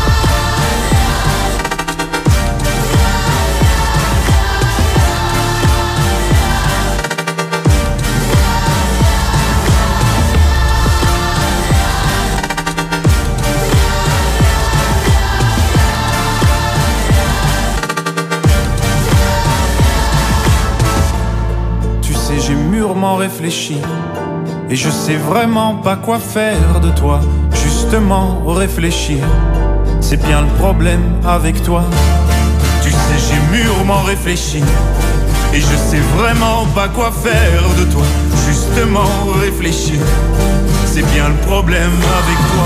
Speaker 13: J'ai mûrement réfléchi et je sais vraiment pas quoi faire de toi. Justement réfléchir, c'est bien le problème avec toi. Tu sais j'ai mûrement réfléchi et je sais vraiment pas quoi faire de toi. Justement réfléchir, c'est bien le problème avec toi.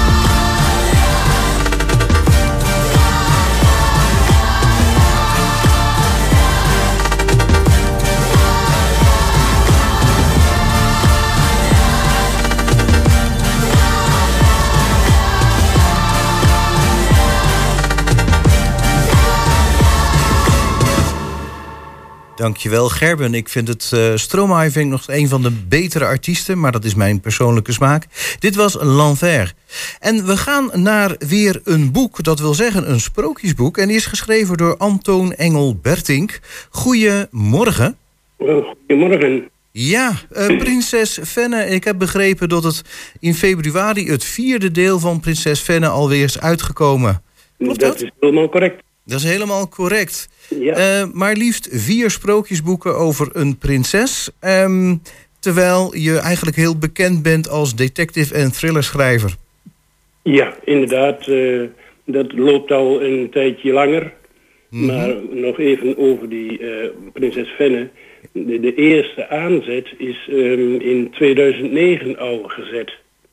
Speaker 7: Dankjewel Gerben. Ik vind het uh, Stromae vind ik nog een van de betere artiesten, maar dat is mijn persoonlijke smaak. Dit was L'Envers. En we gaan naar weer een boek, dat wil zeggen een sprookjesboek. En die is geschreven door Antoon Engel-Bertink. Goedemorgen.
Speaker 14: Goedemorgen.
Speaker 7: Ja, uh, Prinses Fenne. Ik heb begrepen dat het in februari het vierde deel van Prinses Fenne alweer is uitgekomen. Klopt dat?
Speaker 14: Dat is helemaal correct.
Speaker 7: Dat is helemaal correct.
Speaker 14: Ja.
Speaker 7: Uh, maar liefst vier sprookjesboeken over een prinses. Um, terwijl je eigenlijk heel bekend bent als detective en thrillerschrijver.
Speaker 14: Ja, inderdaad. Uh, dat loopt al een tijdje langer. Mm-hmm. Maar nog even over die uh, Prinses Fenne. De, de eerste aanzet is um, in tweeduizend negen al gezet.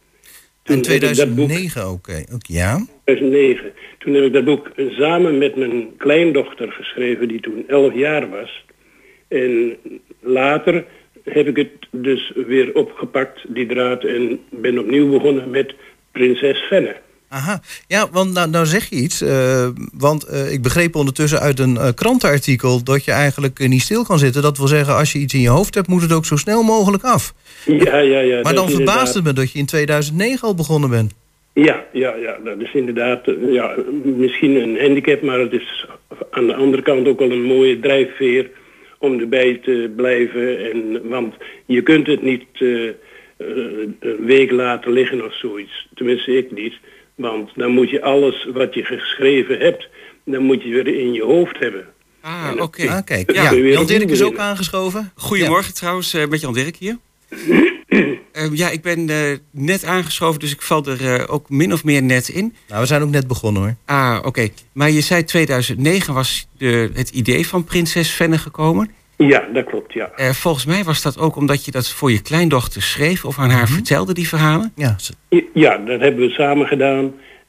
Speaker 7: In tweeduizend negen, oké. Okay. Okay, ja.
Speaker 14: tweeduizend negen. Toen heb ik dat boek samen met mijn kleindochter geschreven, die toen elf jaar was. En later heb ik het dus weer opgepakt, die draad, en ben opnieuw begonnen met Prinses Fenne.
Speaker 7: Aha, ja, want nou, nou zeg je iets. Uh, want uh, ik begreep ondertussen uit een uh, krantenartikel dat je eigenlijk uh, niet stil kan zitten. Dat wil zeggen, als je iets in je hoofd hebt, moet het ook zo snel mogelijk af.
Speaker 14: Ja, ja, ja.
Speaker 7: Maar dan verbaast het me dat je in tweeduizend negen al begonnen bent.
Speaker 14: Ja, ja, ja, dat is inderdaad uh, ja, misschien een handicap, maar het is aan de andere kant ook wel een mooie drijfveer om erbij te blijven. En, want je kunt het niet uh, uh, een week laten liggen of zoiets. Tenminste, ik niet. Want dan moet je alles wat je geschreven hebt, dan moet je weer in je hoofd hebben.
Speaker 11: Ah, oké. Okay.
Speaker 7: Ah, kijk. Ja, Jan Dirk is ook aangeschoven.
Speaker 11: Goedemorgen ja. trouwens, uh, met Jan Dirk hier. uh, ja, ik ben uh, net aangeschoven, dus ik val er uh, ook min of meer net in.
Speaker 7: Nou, we zijn ook net begonnen hoor.
Speaker 11: Ah, oké. Okay. Maar je zei tweeduizend negen was de, het idee van Prinses Fenne gekomen.
Speaker 14: Ja, dat klopt, ja.
Speaker 11: Uh, volgens mij was dat ook omdat je dat voor je kleindochter schreef of aan haar mm-hmm. vertelde, die verhalen?
Speaker 7: Ja,
Speaker 14: ja, dat hebben we samen gedaan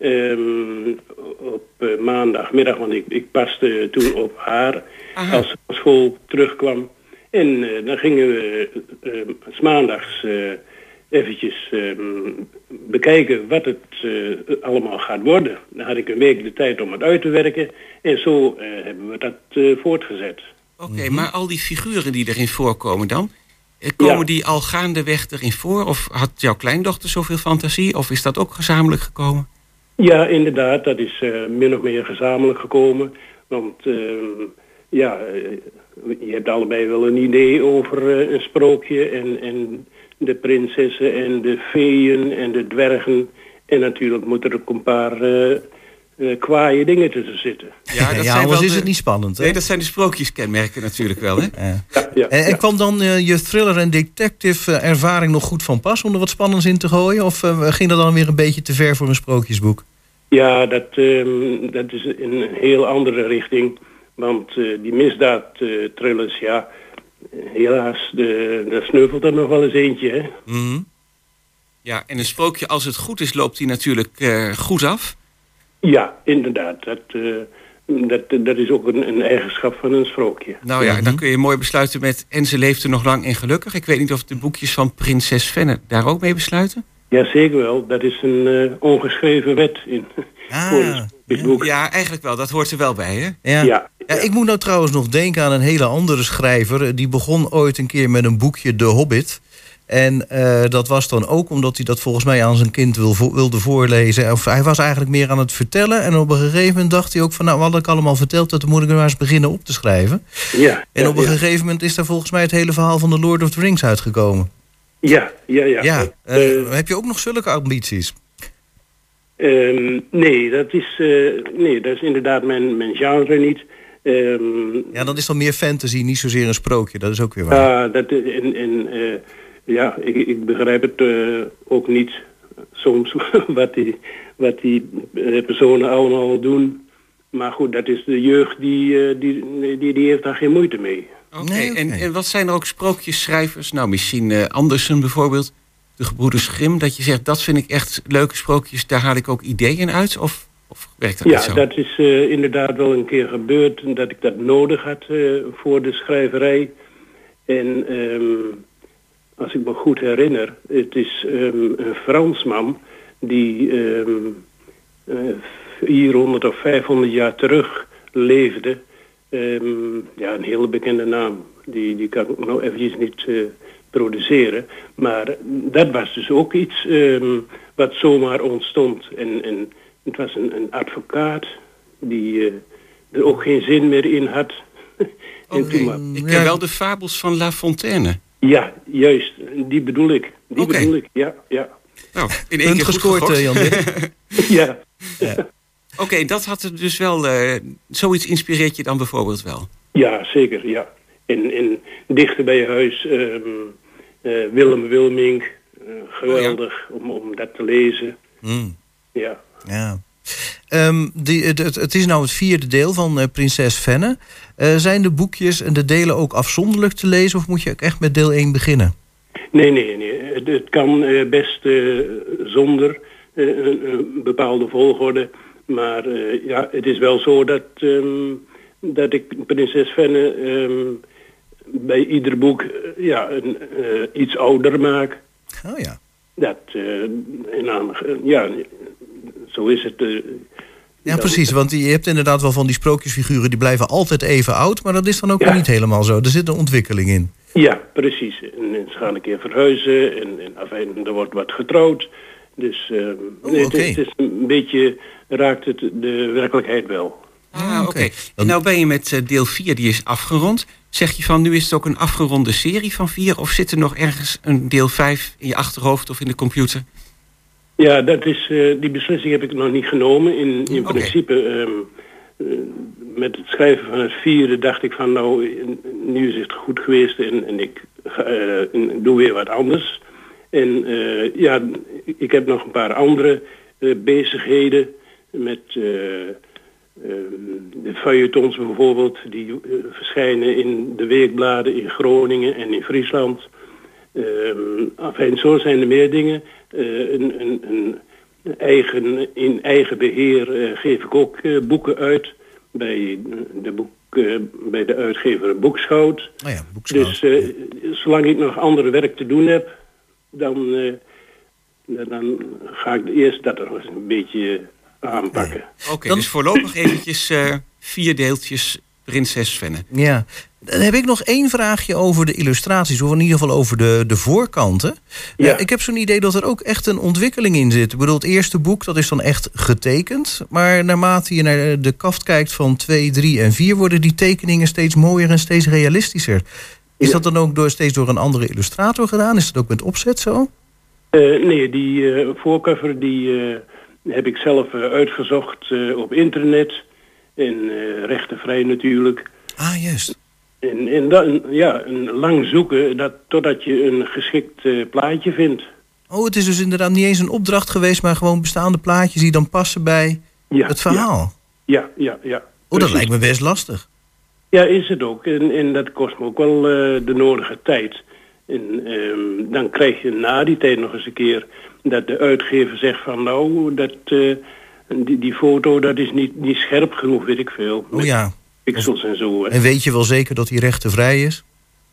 Speaker 14: um, op uh, maandagmiddag, want ik, ik paste toen op haar. Aha. Als ze van school terugkwam. En uh, dan gingen we uh, uh, 's maandags uh, eventjes uh, bekijken wat het uh, allemaal gaat worden. Dan had ik een week de tijd om het uit te werken en zo uh, hebben we dat uh, voortgezet.
Speaker 11: Oké, okay, mm-hmm. maar al die figuren die erin voorkomen dan, komen ja. die al gaandeweg erin voor? Of had jouw kleindochter zoveel fantasie? Of is dat ook gezamenlijk gekomen?
Speaker 14: Ja, inderdaad, dat is uh, min of meer gezamenlijk gekomen. Want uh, ja, je hebt allebei wel een idee over uh, een sprookje. En, en de prinsessen en de feeën en de dwergen. En natuurlijk moeten er ook een paar Uh, Uh, kwaaie dingen tussen zitten.
Speaker 7: Ja, dat ja zijn anders is de, het niet spannend. Hè?
Speaker 11: Nee, dat zijn de sprookjeskenmerken natuurlijk wel. Hè?
Speaker 7: Ja. Ja, ja, en, en ja. kwam dan uh, je thriller- en detective-ervaring nog goed van pas om er wat spannends in te gooien? Of uh, ging dat dan weer een beetje te ver voor een sprookjesboek?
Speaker 14: Ja, dat, uh, dat is in een heel andere richting. Want uh, die misdaad-thrillers, uh, ja, helaas, de, daar sneuvelt er nog wel eens eentje. Hè?
Speaker 11: Mm-hmm. Ja, en een sprookje, als het goed is, loopt die natuurlijk uh, goed af.
Speaker 14: Ja, inderdaad. Dat, uh, dat, dat is ook een, een eigenschap van een sprookje.
Speaker 11: Nou ja, dan kun je mooi besluiten met En ze leefde nog lang en gelukkig. Ik weet niet of de boekjes van Prinses Fenne daar ook mee besluiten?
Speaker 14: Ja, zeker wel. Dat is een uh, ongeschreven wet in
Speaker 7: Ah,
Speaker 14: voor het sprookjesboek.
Speaker 11: Ja, eigenlijk wel. Dat hoort er wel bij, hè?
Speaker 7: Ja.
Speaker 14: Ja.
Speaker 7: Ja, ik moet nou trouwens nog denken aan een hele andere schrijver. Die begon ooit een keer met een boekje De Hobbit. En uh, dat was dan ook omdat hij dat volgens mij aan zijn kind wil, wilde voorlezen. Of hij was eigenlijk meer aan het vertellen. En op een gegeven moment dacht hij ook van... nou, wat ik allemaal verteld, dat moet ik nu maar eens beginnen op te schrijven.
Speaker 14: Ja,
Speaker 7: en
Speaker 14: ja,
Speaker 7: op een
Speaker 14: ja.
Speaker 7: gegeven moment is daar volgens mij het hele verhaal van de Lord of the Rings uitgekomen.
Speaker 14: Ja, ja, ja.
Speaker 7: Ja,
Speaker 14: Uh,
Speaker 7: uh, heb je ook nog zulke ambities?
Speaker 14: Um, nee, dat is, uh, nee, dat is inderdaad mijn, mijn genre niet. Um,
Speaker 7: ja, dan is dan meer fantasy, niet zozeer een sprookje. Dat is ook weer waar.
Speaker 14: Uh, dat, en, en, uh, ja, ik, ik begrijp het uh, ook niet soms wat die, wat die uh, personen allemaal doen. Maar goed, dat is de jeugd die, uh, die, die, die heeft daar geen moeite mee.
Speaker 11: Oké, okay. en, en wat zijn er ook sprookjesschrijvers? Nou, misschien uh, Andersen bijvoorbeeld, de gebroeders Grimm. Dat je zegt, dat vind ik echt leuke sprookjes, daar haal ik ook ideeën uit? Of, of werkt dat
Speaker 14: ja,
Speaker 11: niet zo?
Speaker 14: Ja, dat is uh, inderdaad wel een keer gebeurd. Dat ik dat nodig had uh, voor de schrijverij. En um, als ik me goed herinner, het is um, een Fransman die um, uh, vierhonderd of vijfhonderd jaar terug leefde. Um, ja, een hele bekende naam. Die, die kan ik nou eventjes niet uh, produceren. Maar dat was dus ook iets um, wat zomaar ontstond. En, en het was een, een advocaat die uh, er ook geen zin meer in had.
Speaker 11: Okay. Maar, ik ken ja. wel de fabels van La Fontaine.
Speaker 14: Ja, juist. Die bedoel ik. Die
Speaker 11: okay.
Speaker 14: bedoel ik, ja. ja.
Speaker 11: Nou, in één keer
Speaker 7: gescoord, uh, Jan Dirk.
Speaker 14: Ja.
Speaker 11: ja. Oké, okay, dat had er dus wel... Uh, zoiets inspireert je dan bijvoorbeeld wel?
Speaker 14: Ja, zeker, ja. En, en dichter bij je huis, um, uh, Willem Wilmink. Uh, geweldig oh, ja. om, om dat te lezen.
Speaker 7: Mm.
Speaker 14: Ja.
Speaker 7: Ja. Um, die, het, het is nou het vierde deel van uh, Prinses Venne. Uh, zijn de boekjes en de delen ook afzonderlijk te lezen... of moet je ook echt met deel één beginnen?
Speaker 14: Nee, nee, nee. Het, het kan uh, best uh, zonder uh, een, een bepaalde volgorde. Maar uh, ja, het is wel zo dat, um, dat ik Prinses Venne um, bij ieder boek uh, ja, een, uh, iets ouder maak.
Speaker 7: Oh ja.
Speaker 14: Dat, uh, en aan, uh, ja, zo is het... Uh,
Speaker 7: Ja, precies, want je hebt inderdaad wel van die sprookjesfiguren... die blijven altijd even oud, maar dat is dan ook ja. niet helemaal zo. Er zit een ontwikkeling in.
Speaker 14: Ja, precies. En, en ze gaan een keer verhuizen en, en afijn, er wordt wat getrouwd. Dus uh,
Speaker 7: oh,
Speaker 14: nee,
Speaker 7: okay.
Speaker 14: het, het is een beetje, raakt het de werkelijkheid wel.
Speaker 11: Ah, oké. Okay. En nou ben je met uh, deel vier, die is afgerond. Zeg je van, nu is het ook een afgeronde serie van vier... of zit er nog ergens een deel vijf in je achterhoofd of in de computer?
Speaker 14: Ja, dat is, uh, die beslissing heb ik nog niet genomen. In, in okay. principe, um, uh, met het schrijven van het vierde dacht ik van... nou, nu is het goed geweest en, en ik ga, uh, en doe weer wat anders. En uh, ja, ik heb nog een paar andere uh, bezigheden met uh, uh, de feuilletons bijvoorbeeld... die uh, verschijnen in de weekbladen in Groningen en in Friesland... Um, enfin, zo zijn er meer dingen. Uh, een, een, een eigen, in eigen beheer uh, geef ik ook uh, boeken uit bij de, boek, uh, bij de uitgever Boekschout.
Speaker 7: Oh ja, Boekschout.
Speaker 14: Dus uh, zolang ik nog andere werk te doen heb, dan, uh, dan ga ik eerst dat nog eens een beetje aanpakken.
Speaker 11: Oké, okay, dan... dus voorlopig eventjes uh, vier deeltjes Prinses Venne.
Speaker 7: Ja. Dan heb ik nog één vraagje over de illustraties, of in ieder geval over de, de voorkanten. Ja. Uh, ik heb zo'n idee dat er ook echt een ontwikkeling in zit. Ik bedoel, het eerste boek, dat is dan echt getekend. Maar naarmate je naar de kaft kijkt van twee, drie en vier... worden die tekeningen steeds mooier en steeds realistischer. Is ja. dat dan ook door, steeds door een andere illustrator gedaan? Is dat ook met opzet zo?
Speaker 14: Uh, nee, die uh, voorcover die, uh, heb ik zelf uh, uitgezocht uh, op internet. En uh, rechtenvrij natuurlijk.
Speaker 7: Ah, juist.
Speaker 14: En, en dan, ja, een lang zoeken dat, totdat je een geschikt uh, plaatje vindt.
Speaker 7: Oh, het is dus inderdaad niet eens een opdracht geweest... maar gewoon bestaande plaatjes die dan passen bij ja, het verhaal.
Speaker 14: Ja, ja, ja. ja.
Speaker 7: Oh, dat lijkt me best lastig.
Speaker 14: Ja, is het ook. En, en dat kost me ook wel uh, de nodige tijd. En um, dan krijg je na die tijd nog eens een keer... dat de uitgever zegt van nou, dat, uh, die, die foto dat is niet, niet scherp genoeg, weet ik veel.
Speaker 7: Oh ja.
Speaker 14: Pixels en zo. Hè.
Speaker 7: En weet je wel zeker dat die rechtenvrij is?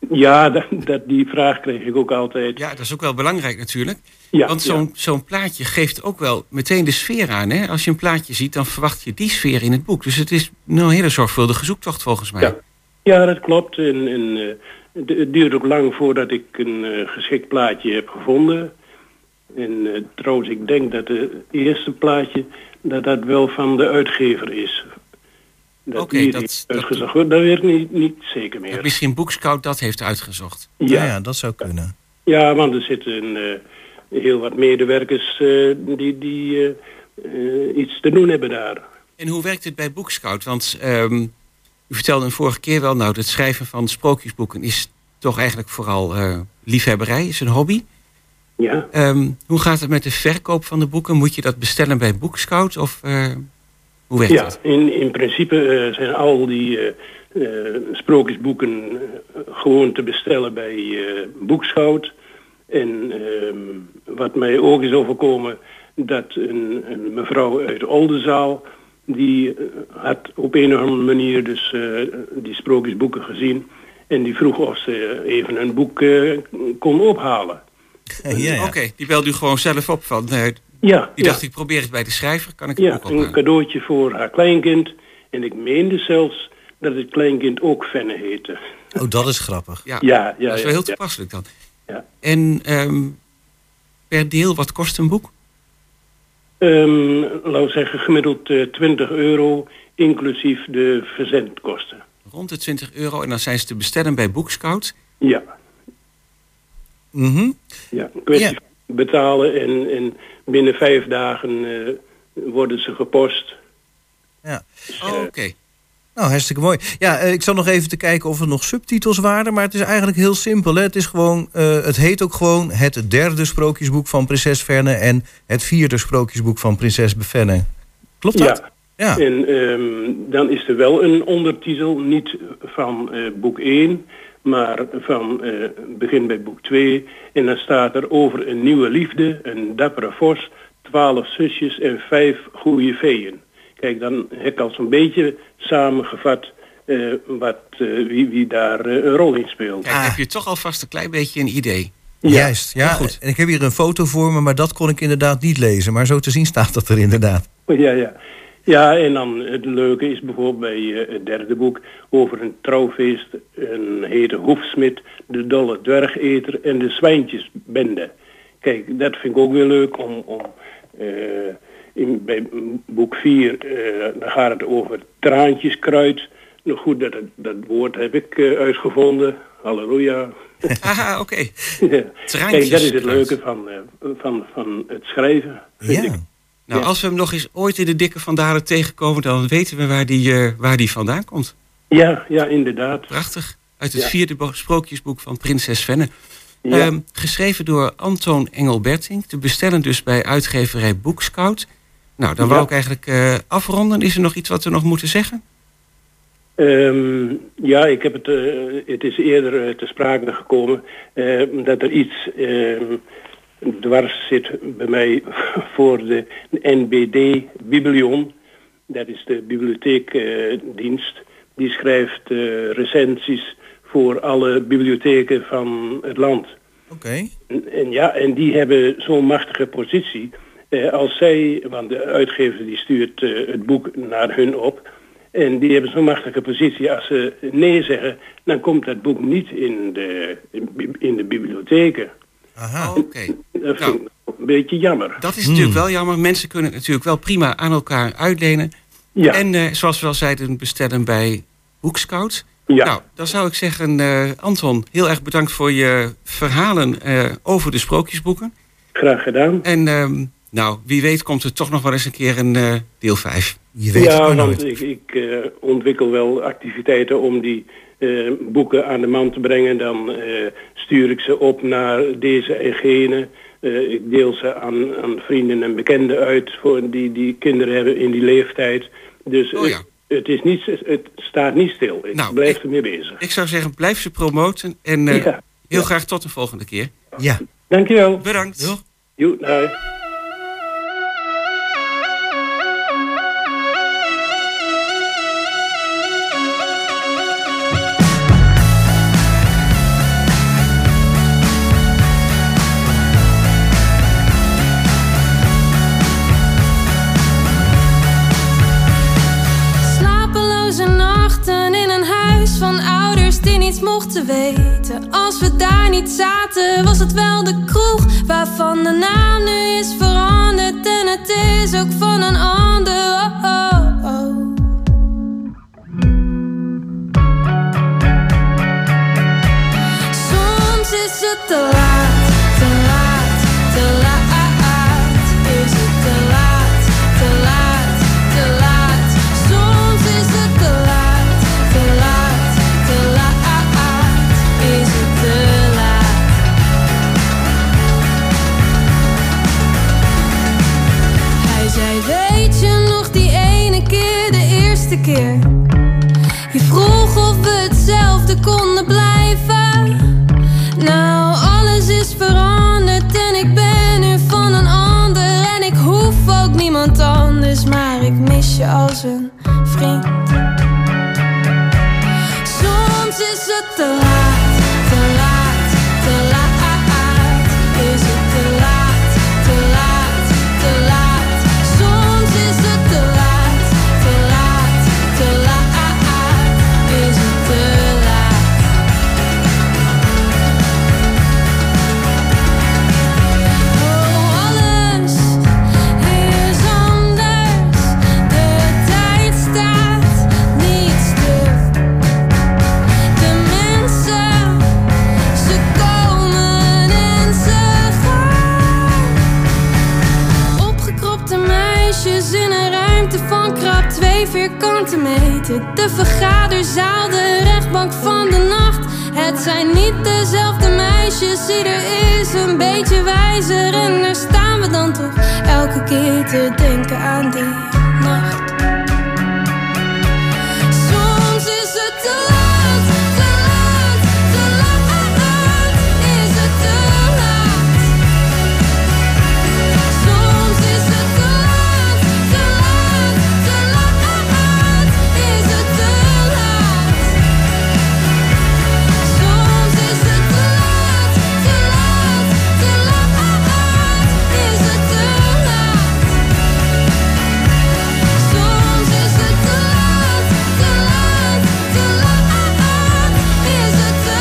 Speaker 14: Ja, dat, dat, die vraag kreeg ik ook altijd.
Speaker 11: Ja, dat is ook wel belangrijk natuurlijk.
Speaker 14: Ja,
Speaker 11: Want zo'n
Speaker 14: ja.
Speaker 11: zo'n plaatje geeft ook wel meteen de sfeer aan. Hè? Als je een plaatje ziet, dan verwacht je die sfeer in het boek. Dus het is een hele zorgvuldige zoektocht volgens mij.
Speaker 14: Ja, ja dat klopt. En, en, uh, het, het duurt ook lang voordat ik een uh, geschikt plaatje heb gevonden. En uh, trouwens, ik denk dat het eerste plaatje, dat dat wel van de uitgever is. Dat
Speaker 11: Oké,
Speaker 14: die
Speaker 11: dat-
Speaker 14: uitgezocht wordt, dat weet ik niet, niet zeker meer.
Speaker 11: Dat misschien Boekscout dat heeft uitgezocht.
Speaker 14: Ja.
Speaker 7: ja, dat zou kunnen.
Speaker 14: Ja, want er zitten uh, heel wat medewerkers uh, die, die uh, uh, iets te doen hebben daar.
Speaker 11: En hoe werkt het bij Boekscout? Want um, u vertelde een vorige keer wel, nou, het schrijven van sprookjesboeken is toch eigenlijk vooral uh, liefhebberij, is een hobby.
Speaker 14: Ja.
Speaker 11: Um, hoe gaat het met de verkoop van de boeken? Moet je dat bestellen bij Boekscout of uh, hoe werkt
Speaker 14: Ja,
Speaker 11: dat?
Speaker 14: in, in principe uh, zijn al die uh, uh, sprookjesboeken uh, gewoon te bestellen bij uh, Boekschout. En uh, wat mij ook is overkomen, dat een, een mevrouw uit Oldenzaal, die uh, had op een of andere manier dus uh, die sprookjesboeken gezien. En die vroeg of ze even een boek uh, kon ophalen.
Speaker 7: Ja, ja.
Speaker 11: Oké, okay, die belde u gewoon zelf op van... Uh,
Speaker 14: Ja,
Speaker 11: die
Speaker 14: ja.
Speaker 11: dacht, ik probeer het bij de schrijver, kan ik het
Speaker 14: Ja,
Speaker 11: ook ophalen?
Speaker 14: een cadeautje voor haar kleinkind. En ik meende zelfs dat het kleinkind ook Fenne heette.
Speaker 7: Oh, dat is grappig.
Speaker 11: Ja,
Speaker 14: Ja, ja,
Speaker 11: dat is wel
Speaker 14: ja,
Speaker 11: heel
Speaker 14: ja.
Speaker 11: toepasselijk dan.
Speaker 14: Ja.
Speaker 11: En um, per deel, wat kost een boek?
Speaker 14: Um, laten we zeggen gemiddeld uh, twintig euro, inclusief de verzendkosten.
Speaker 11: Rond de twintig euro en dan zijn ze te bestellen bij Boekscout.
Speaker 14: Ja.
Speaker 7: Mhm.
Speaker 14: Ja, een kwestie
Speaker 7: Ja.
Speaker 14: van betalen en, en binnen vijf dagen uh, worden ze gepost.
Speaker 7: Ja.
Speaker 11: Oh, oké. Okay.
Speaker 7: Nou, hartstikke mooi. Ja, eh, ik zat nog even te kijken of er nog subtitels waren, maar het is eigenlijk heel simpel. Hè? Het is gewoon, uh, het heet ook gewoon het derde sprookjesboek van Prinses Fenne en het vierde sprookjesboek van Prinses Befenne. Klopt dat?
Speaker 14: Ja.
Speaker 7: Ja.
Speaker 14: En um, dan is er wel een ondertitel, niet van uh, boek één, maar van uh, begin bij boek twee. En dan staat er over een nieuwe liefde, een dappere vos, twaalf zusjes en vijf goede feeën. Kijk, dan heb ik al zo'n beetje samengevat uh, wat, uh, wie, wie daar uh, een rol in speelt.
Speaker 11: Kijk, heb je toch alvast een klein beetje een idee.
Speaker 14: Ja.
Speaker 7: Juist, ja.
Speaker 11: Heel goed.
Speaker 7: En ik heb hier een foto voor me, maar dat kon ik inderdaad niet lezen. Maar zo te zien staat dat er inderdaad.
Speaker 14: Ja, ja. Ja, en dan het leuke is bijvoorbeeld bij uh, het derde boek over een trouwfeest. Een hete hoefsmid, de dolle dwergeter en de zwijntjesbende. Kijk, dat vind ik ook weer leuk om... om uh, in, bij boek vier uh, dan gaat het over traantjeskruid. Nou goed, dat, dat woord heb ik uh, uitgevonden. Halleluja.
Speaker 11: Aha, oké. Okay.
Speaker 14: Ja. Kijk, dat is het leuke van, uh, van, van het schrijven. Vind
Speaker 7: Ja.
Speaker 14: ik.
Speaker 11: Nou,
Speaker 14: Ja.
Speaker 11: als we hem nog eens ooit in de dikke Van Dalen tegenkomen, dan weten we waar die, uh, waar die vandaan komt.
Speaker 14: Ja, ja, inderdaad.
Speaker 11: Prachtig. Uit het
Speaker 14: Ja.
Speaker 11: vierde bo- sprookjesboek van Prinses Fenne.
Speaker 14: Ja.
Speaker 11: Um, geschreven door Antoon Engelberting. Te bestellen dus bij uitgeverij Boekscout. Nou, dan
Speaker 14: Ja.
Speaker 11: wou ik eigenlijk uh, afronden. Is er nog iets wat we nog moeten zeggen?
Speaker 14: Um, ja, ik heb het, uh, het is eerder uh, te sprake gekomen uh, dat er iets uh, dwars zit bij mij voor de N B D-biblion. Dat is de bibliotheekdienst. Uh, Die schrijft uh, recensies voor alle bibliotheken van het land.
Speaker 7: Oké. Okay.
Speaker 14: En, en ja, en die hebben zo'n machtige positie. Uh, als zij, want de uitgever die stuurt uh, het boek naar hun op. En die hebben zo'n machtige positie. Als ze nee zeggen, dan komt dat boek niet in de, in de bibliotheken.
Speaker 7: Aha.
Speaker 11: Oké. Okay.
Speaker 14: Dat vind
Speaker 11: Nou,
Speaker 14: ik een beetje jammer.
Speaker 11: dat is
Speaker 7: Hmm.
Speaker 11: natuurlijk wel jammer. Mensen kunnen het natuurlijk wel prima aan elkaar uitlenen.
Speaker 14: Ja.
Speaker 11: En uh, zoals we al zeiden, bestellen bij Boekscout.
Speaker 14: Ja.
Speaker 11: Nou, dan zou ik zeggen, uh, Anton, heel erg bedankt voor je verhalen uh, over de sprookjesboeken.
Speaker 14: Graag gedaan.
Speaker 11: En um, nou, wie weet komt er toch nog wel eens een keer een uh, deel vijf.
Speaker 7: Je weet
Speaker 14: ja,
Speaker 7: het maar
Speaker 14: want
Speaker 7: nooit.
Speaker 14: ik, ik uh, ontwikkel wel activiteiten om die uh, boeken aan de man te brengen. Dan uh, stuur ik ze op naar deze en gene. Uh, ik deel ze aan, aan vrienden en bekenden uit voor die, die kinderen hebben in die leeftijd. Dus
Speaker 11: Oh ja.
Speaker 14: het, het, is niet, het staat niet stil. Ik
Speaker 11: Nou,
Speaker 14: blijf
Speaker 11: ik-
Speaker 14: ermee bezig.
Speaker 11: Ik zou zeggen, blijf ze promoten. En uh,
Speaker 14: Ja.
Speaker 11: heel
Speaker 14: Ja.
Speaker 11: graag tot de volgende keer.
Speaker 7: Ja.
Speaker 14: Dankjewel.
Speaker 11: Bedankt.
Speaker 7: Doeg.
Speaker 14: Jo, dag.
Speaker 15: van ouders die niets mochten weten. Als we daar niet zaten, was het wel de kroeg waarvan de naam nu is veranderd. En het is ook van een ander. Oh, oh, oh. Soms is het te laat, te laat, te laat. Is het te laat, te laat, te laat. Soms is het te laat, te laat, te laat. Is het te laat. Hij zei, weet je nog die ene keer, de eerste keer? Je vroeg of we hetzelfde konden blijven. Nou, alles is veranderd en ik ben nu van een ander. En ik hoef ook niemand anders, maar ik mis je als een vriend. Soms is het te laat, te laat, te laat. Is het te laat, te laat, te laat. Soms is het te laat, te laat, te laat. Is het te laat. Oh, alles is anders. De tijd staat niet stil. De mensen, ze komen en ze gaan. Opgekropte meisjes in een ruimte van krap twee vierkante meter. De vergaderzaal, de rechtbank van de nacht. Het zijn niet dezelfde meisjes, ieder is een beetje wijzer. En daar staan we dan toch elke keer te denken aan die nacht. Soms is het te laat, te laat, te laat. Is het te laat. Soms is het te laat, te laat, te laat. Is het te laat. Soms is het te laat, te laat, te laat. Is het te laat. Soms is het te laat, te laat, te laat. Is het te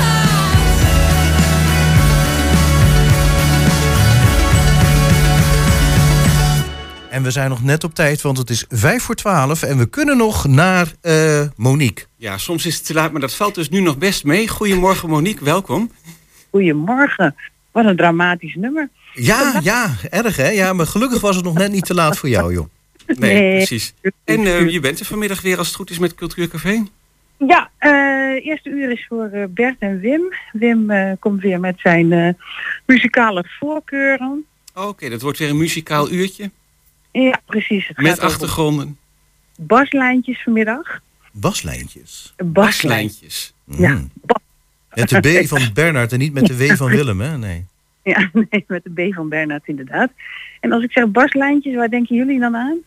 Speaker 15: laat.
Speaker 7: En we zijn nog net op tijd, want het is vijf voor twaalf en we kunnen nog naar uh, Monique.
Speaker 11: Ja, soms is het te laat, maar dat valt dus nu nog best mee. Goedemorgen Monique, welkom.
Speaker 16: Goedemorgen. Wat een dramatisch nummer.
Speaker 7: Ja, ja, erg hè? Ja, maar gelukkig was het nog net niet te laat voor jou, joh.
Speaker 11: Nee,
Speaker 16: Nee.
Speaker 11: precies. En uh, je bent er vanmiddag weer als het goed is met Cultuurcafé?
Speaker 16: Ja, uh, eerste uur is voor uh, Bert en Wim. Wim uh, komt weer met zijn uh, muzikale voorkeuren.
Speaker 11: Oké, okay, dat wordt weer een muzikaal uurtje.
Speaker 16: Ja, precies. Het
Speaker 11: Met
Speaker 16: gaat over
Speaker 11: achtergronden.
Speaker 16: baslijntjes vanmiddag.
Speaker 7: Baslijntjes.
Speaker 11: Baslijntjes.
Speaker 16: Ja.
Speaker 7: Mm. Met de B van Bernard en niet met de W van Willem, hè? Nee.
Speaker 16: Ja, nee, met de B van Bernhard inderdaad. En als ik zeg baslijntjes, waar denken jullie dan aan?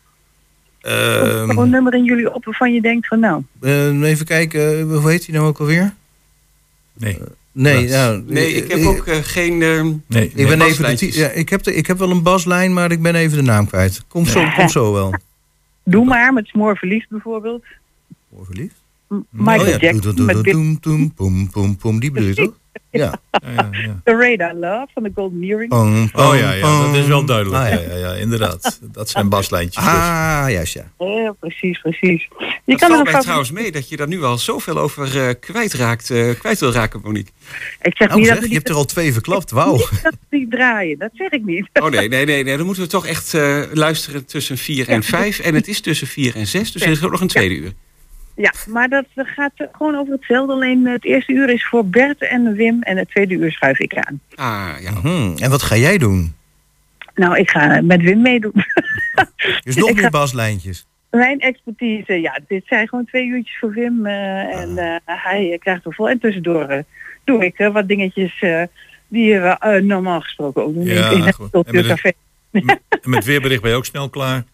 Speaker 7: Um,
Speaker 16: Of een nummer in jullie op waarvan je denkt van nou...
Speaker 7: Uh, even kijken, uh, hoe heet hij nou ook alweer?
Speaker 6: Nee.
Speaker 7: Uh, nee, nou,
Speaker 11: nee, ik heb uh, ook uh, geen uh,
Speaker 6: nee,
Speaker 7: ik, ben even de ja, ik, heb de, ik heb wel een baslijn, maar ik ben even de naam kwijt. Kom zo, kom zo wel.
Speaker 16: Doe maar, met Smoor Verliefd bijvoorbeeld.
Speaker 7: Smoor Verliefd?
Speaker 16: Michael
Speaker 7: oh, ja.
Speaker 16: Jackson.
Speaker 7: Doe, doe,
Speaker 16: met
Speaker 7: doe, doe, poem, poem, poem, die bedoel je toch? Ja.
Speaker 6: Ja, ja.
Speaker 16: The Radar Love van de Golden Earring.
Speaker 6: Pong, pong, oh ja, ja, dat is wel duidelijk. Ah, ja. Ja, ja, inderdaad. Dat zijn baslijntjes. Dus.
Speaker 7: Ah, juist ja.
Speaker 16: Ja, precies, precies. Je
Speaker 11: dat
Speaker 16: kan
Speaker 11: valt mij
Speaker 16: vast...
Speaker 11: trouwens mee dat je daar nu al zoveel over uh, kwijtraakt, uh, kwijt wil raken, Monique.
Speaker 16: Ik zeg
Speaker 7: oh,
Speaker 16: niet
Speaker 7: zeg,
Speaker 16: dat
Speaker 7: je hebt er al twee verklapt, wauw.
Speaker 16: Niet dat die draaien, dat zeg ik niet.
Speaker 11: Oh nee, nee, nee, nee. Dan moeten we toch echt uh, luisteren tussen vier en vijf. En het is tussen vier en zes, dus er is ook nog een tweede uur.
Speaker 16: Ja, maar dat gaat gewoon over hetzelfde. Alleen het eerste uur is voor Bert en Wim en het tweede uur schuif ik aan.
Speaker 11: Ah, ja.
Speaker 7: Mm-hmm. En wat ga jij doen?
Speaker 16: Nou, ik ga met Wim meedoen.
Speaker 7: Dus nog
Speaker 16: ik
Speaker 7: meer
Speaker 16: ga...
Speaker 7: baslijntjes?
Speaker 16: Mijn expertise, ja, dit zijn gewoon twee uurtjes voor Wim. Uh, en uh, hij krijgt er vol. En tussendoor uh, doe ik uh, wat dingetjes uh, die we uh, normaal gesproken ook doen.
Speaker 6: Ja,
Speaker 16: in het cultuurcafé.
Speaker 6: Met, met weerbericht ben je ook snel klaar.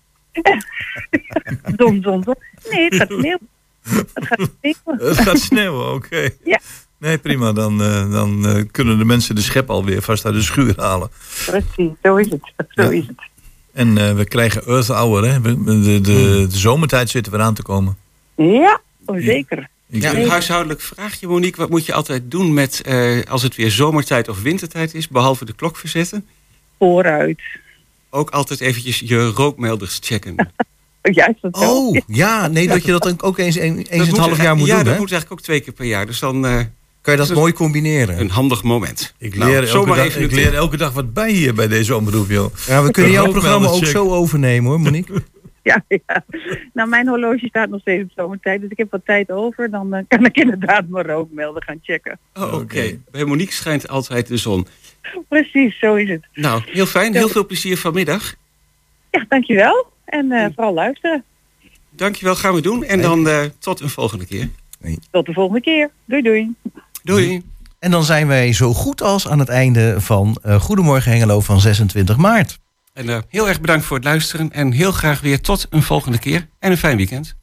Speaker 16: Dom, dom, dom. Nee, het gaat sneeuwen. Het gaat sneeuwen.
Speaker 6: Het gaat sneeuwen, oké. Okay.
Speaker 16: Ja.
Speaker 6: Nee, prima. Dan, uh, dan uh, kunnen de mensen de schep alweer vast uit de schuur halen.
Speaker 16: Precies, zo is het. Zo
Speaker 6: ja.
Speaker 16: is het.
Speaker 6: En uh, we krijgen Earth Hour, hè? De, de, de, de zomertijd zit er weer aan te komen.
Speaker 16: Ja, oh, zeker.
Speaker 11: Ja, een huishoudelijk vraagje, Monique. Wat moet je altijd doen met uh, als het weer zomertijd of wintertijd is, behalve de klok verzetten?
Speaker 16: Vooruit.
Speaker 11: Ook altijd eventjes je rookmelders checken.
Speaker 16: Juist dat wel.
Speaker 7: Oh, ja, nee, dat je dat dan ook eens, eens
Speaker 11: Dat
Speaker 7: het
Speaker 11: moet-
Speaker 7: half jaar moet
Speaker 11: ja,
Speaker 7: doen,
Speaker 11: dat
Speaker 7: hè?
Speaker 11: moet eigenlijk ook twee keer per jaar. Dus dan uh,
Speaker 7: Kan je dat mooi combineren.
Speaker 11: Een handig moment.
Speaker 6: Ik
Speaker 11: Nou,
Speaker 6: leer, elke,
Speaker 11: zomaar
Speaker 6: dag,
Speaker 11: even
Speaker 6: ik
Speaker 11: een
Speaker 6: leer
Speaker 11: tip.
Speaker 6: elke dag wat bij hier bij deze omroep, joh.
Speaker 7: Ja, we kunnen
Speaker 6: Een
Speaker 7: jouw programma ook
Speaker 6: rookmeldercheck.
Speaker 7: zo overnemen, hoor, Monique.
Speaker 16: Ja, ja. Nou, mijn horloge staat nog steeds op zomertijd, dus ik heb wat tijd over. Dan uh, kan ik inderdaad mijn rookmelder gaan checken.
Speaker 11: Oh, Oké. Okay. Bij Monique schijnt altijd de zon.
Speaker 16: Precies, zo is het.
Speaker 11: Nou, heel fijn. Heel veel plezier vanmiddag.
Speaker 16: Ja, dankjewel. En uh, vooral luisteren.
Speaker 11: Dankjewel, gaan we doen. En dan uh, tot een volgende keer.
Speaker 16: Tot de volgende keer. Doei doei.
Speaker 11: Doei.
Speaker 7: En dan zijn wij zo goed als aan het einde van uh, Goedemorgen Hengelo van zesentwintig maart.
Speaker 11: En uh, heel erg bedankt voor het luisteren. En heel graag weer tot een volgende keer. En een fijn weekend.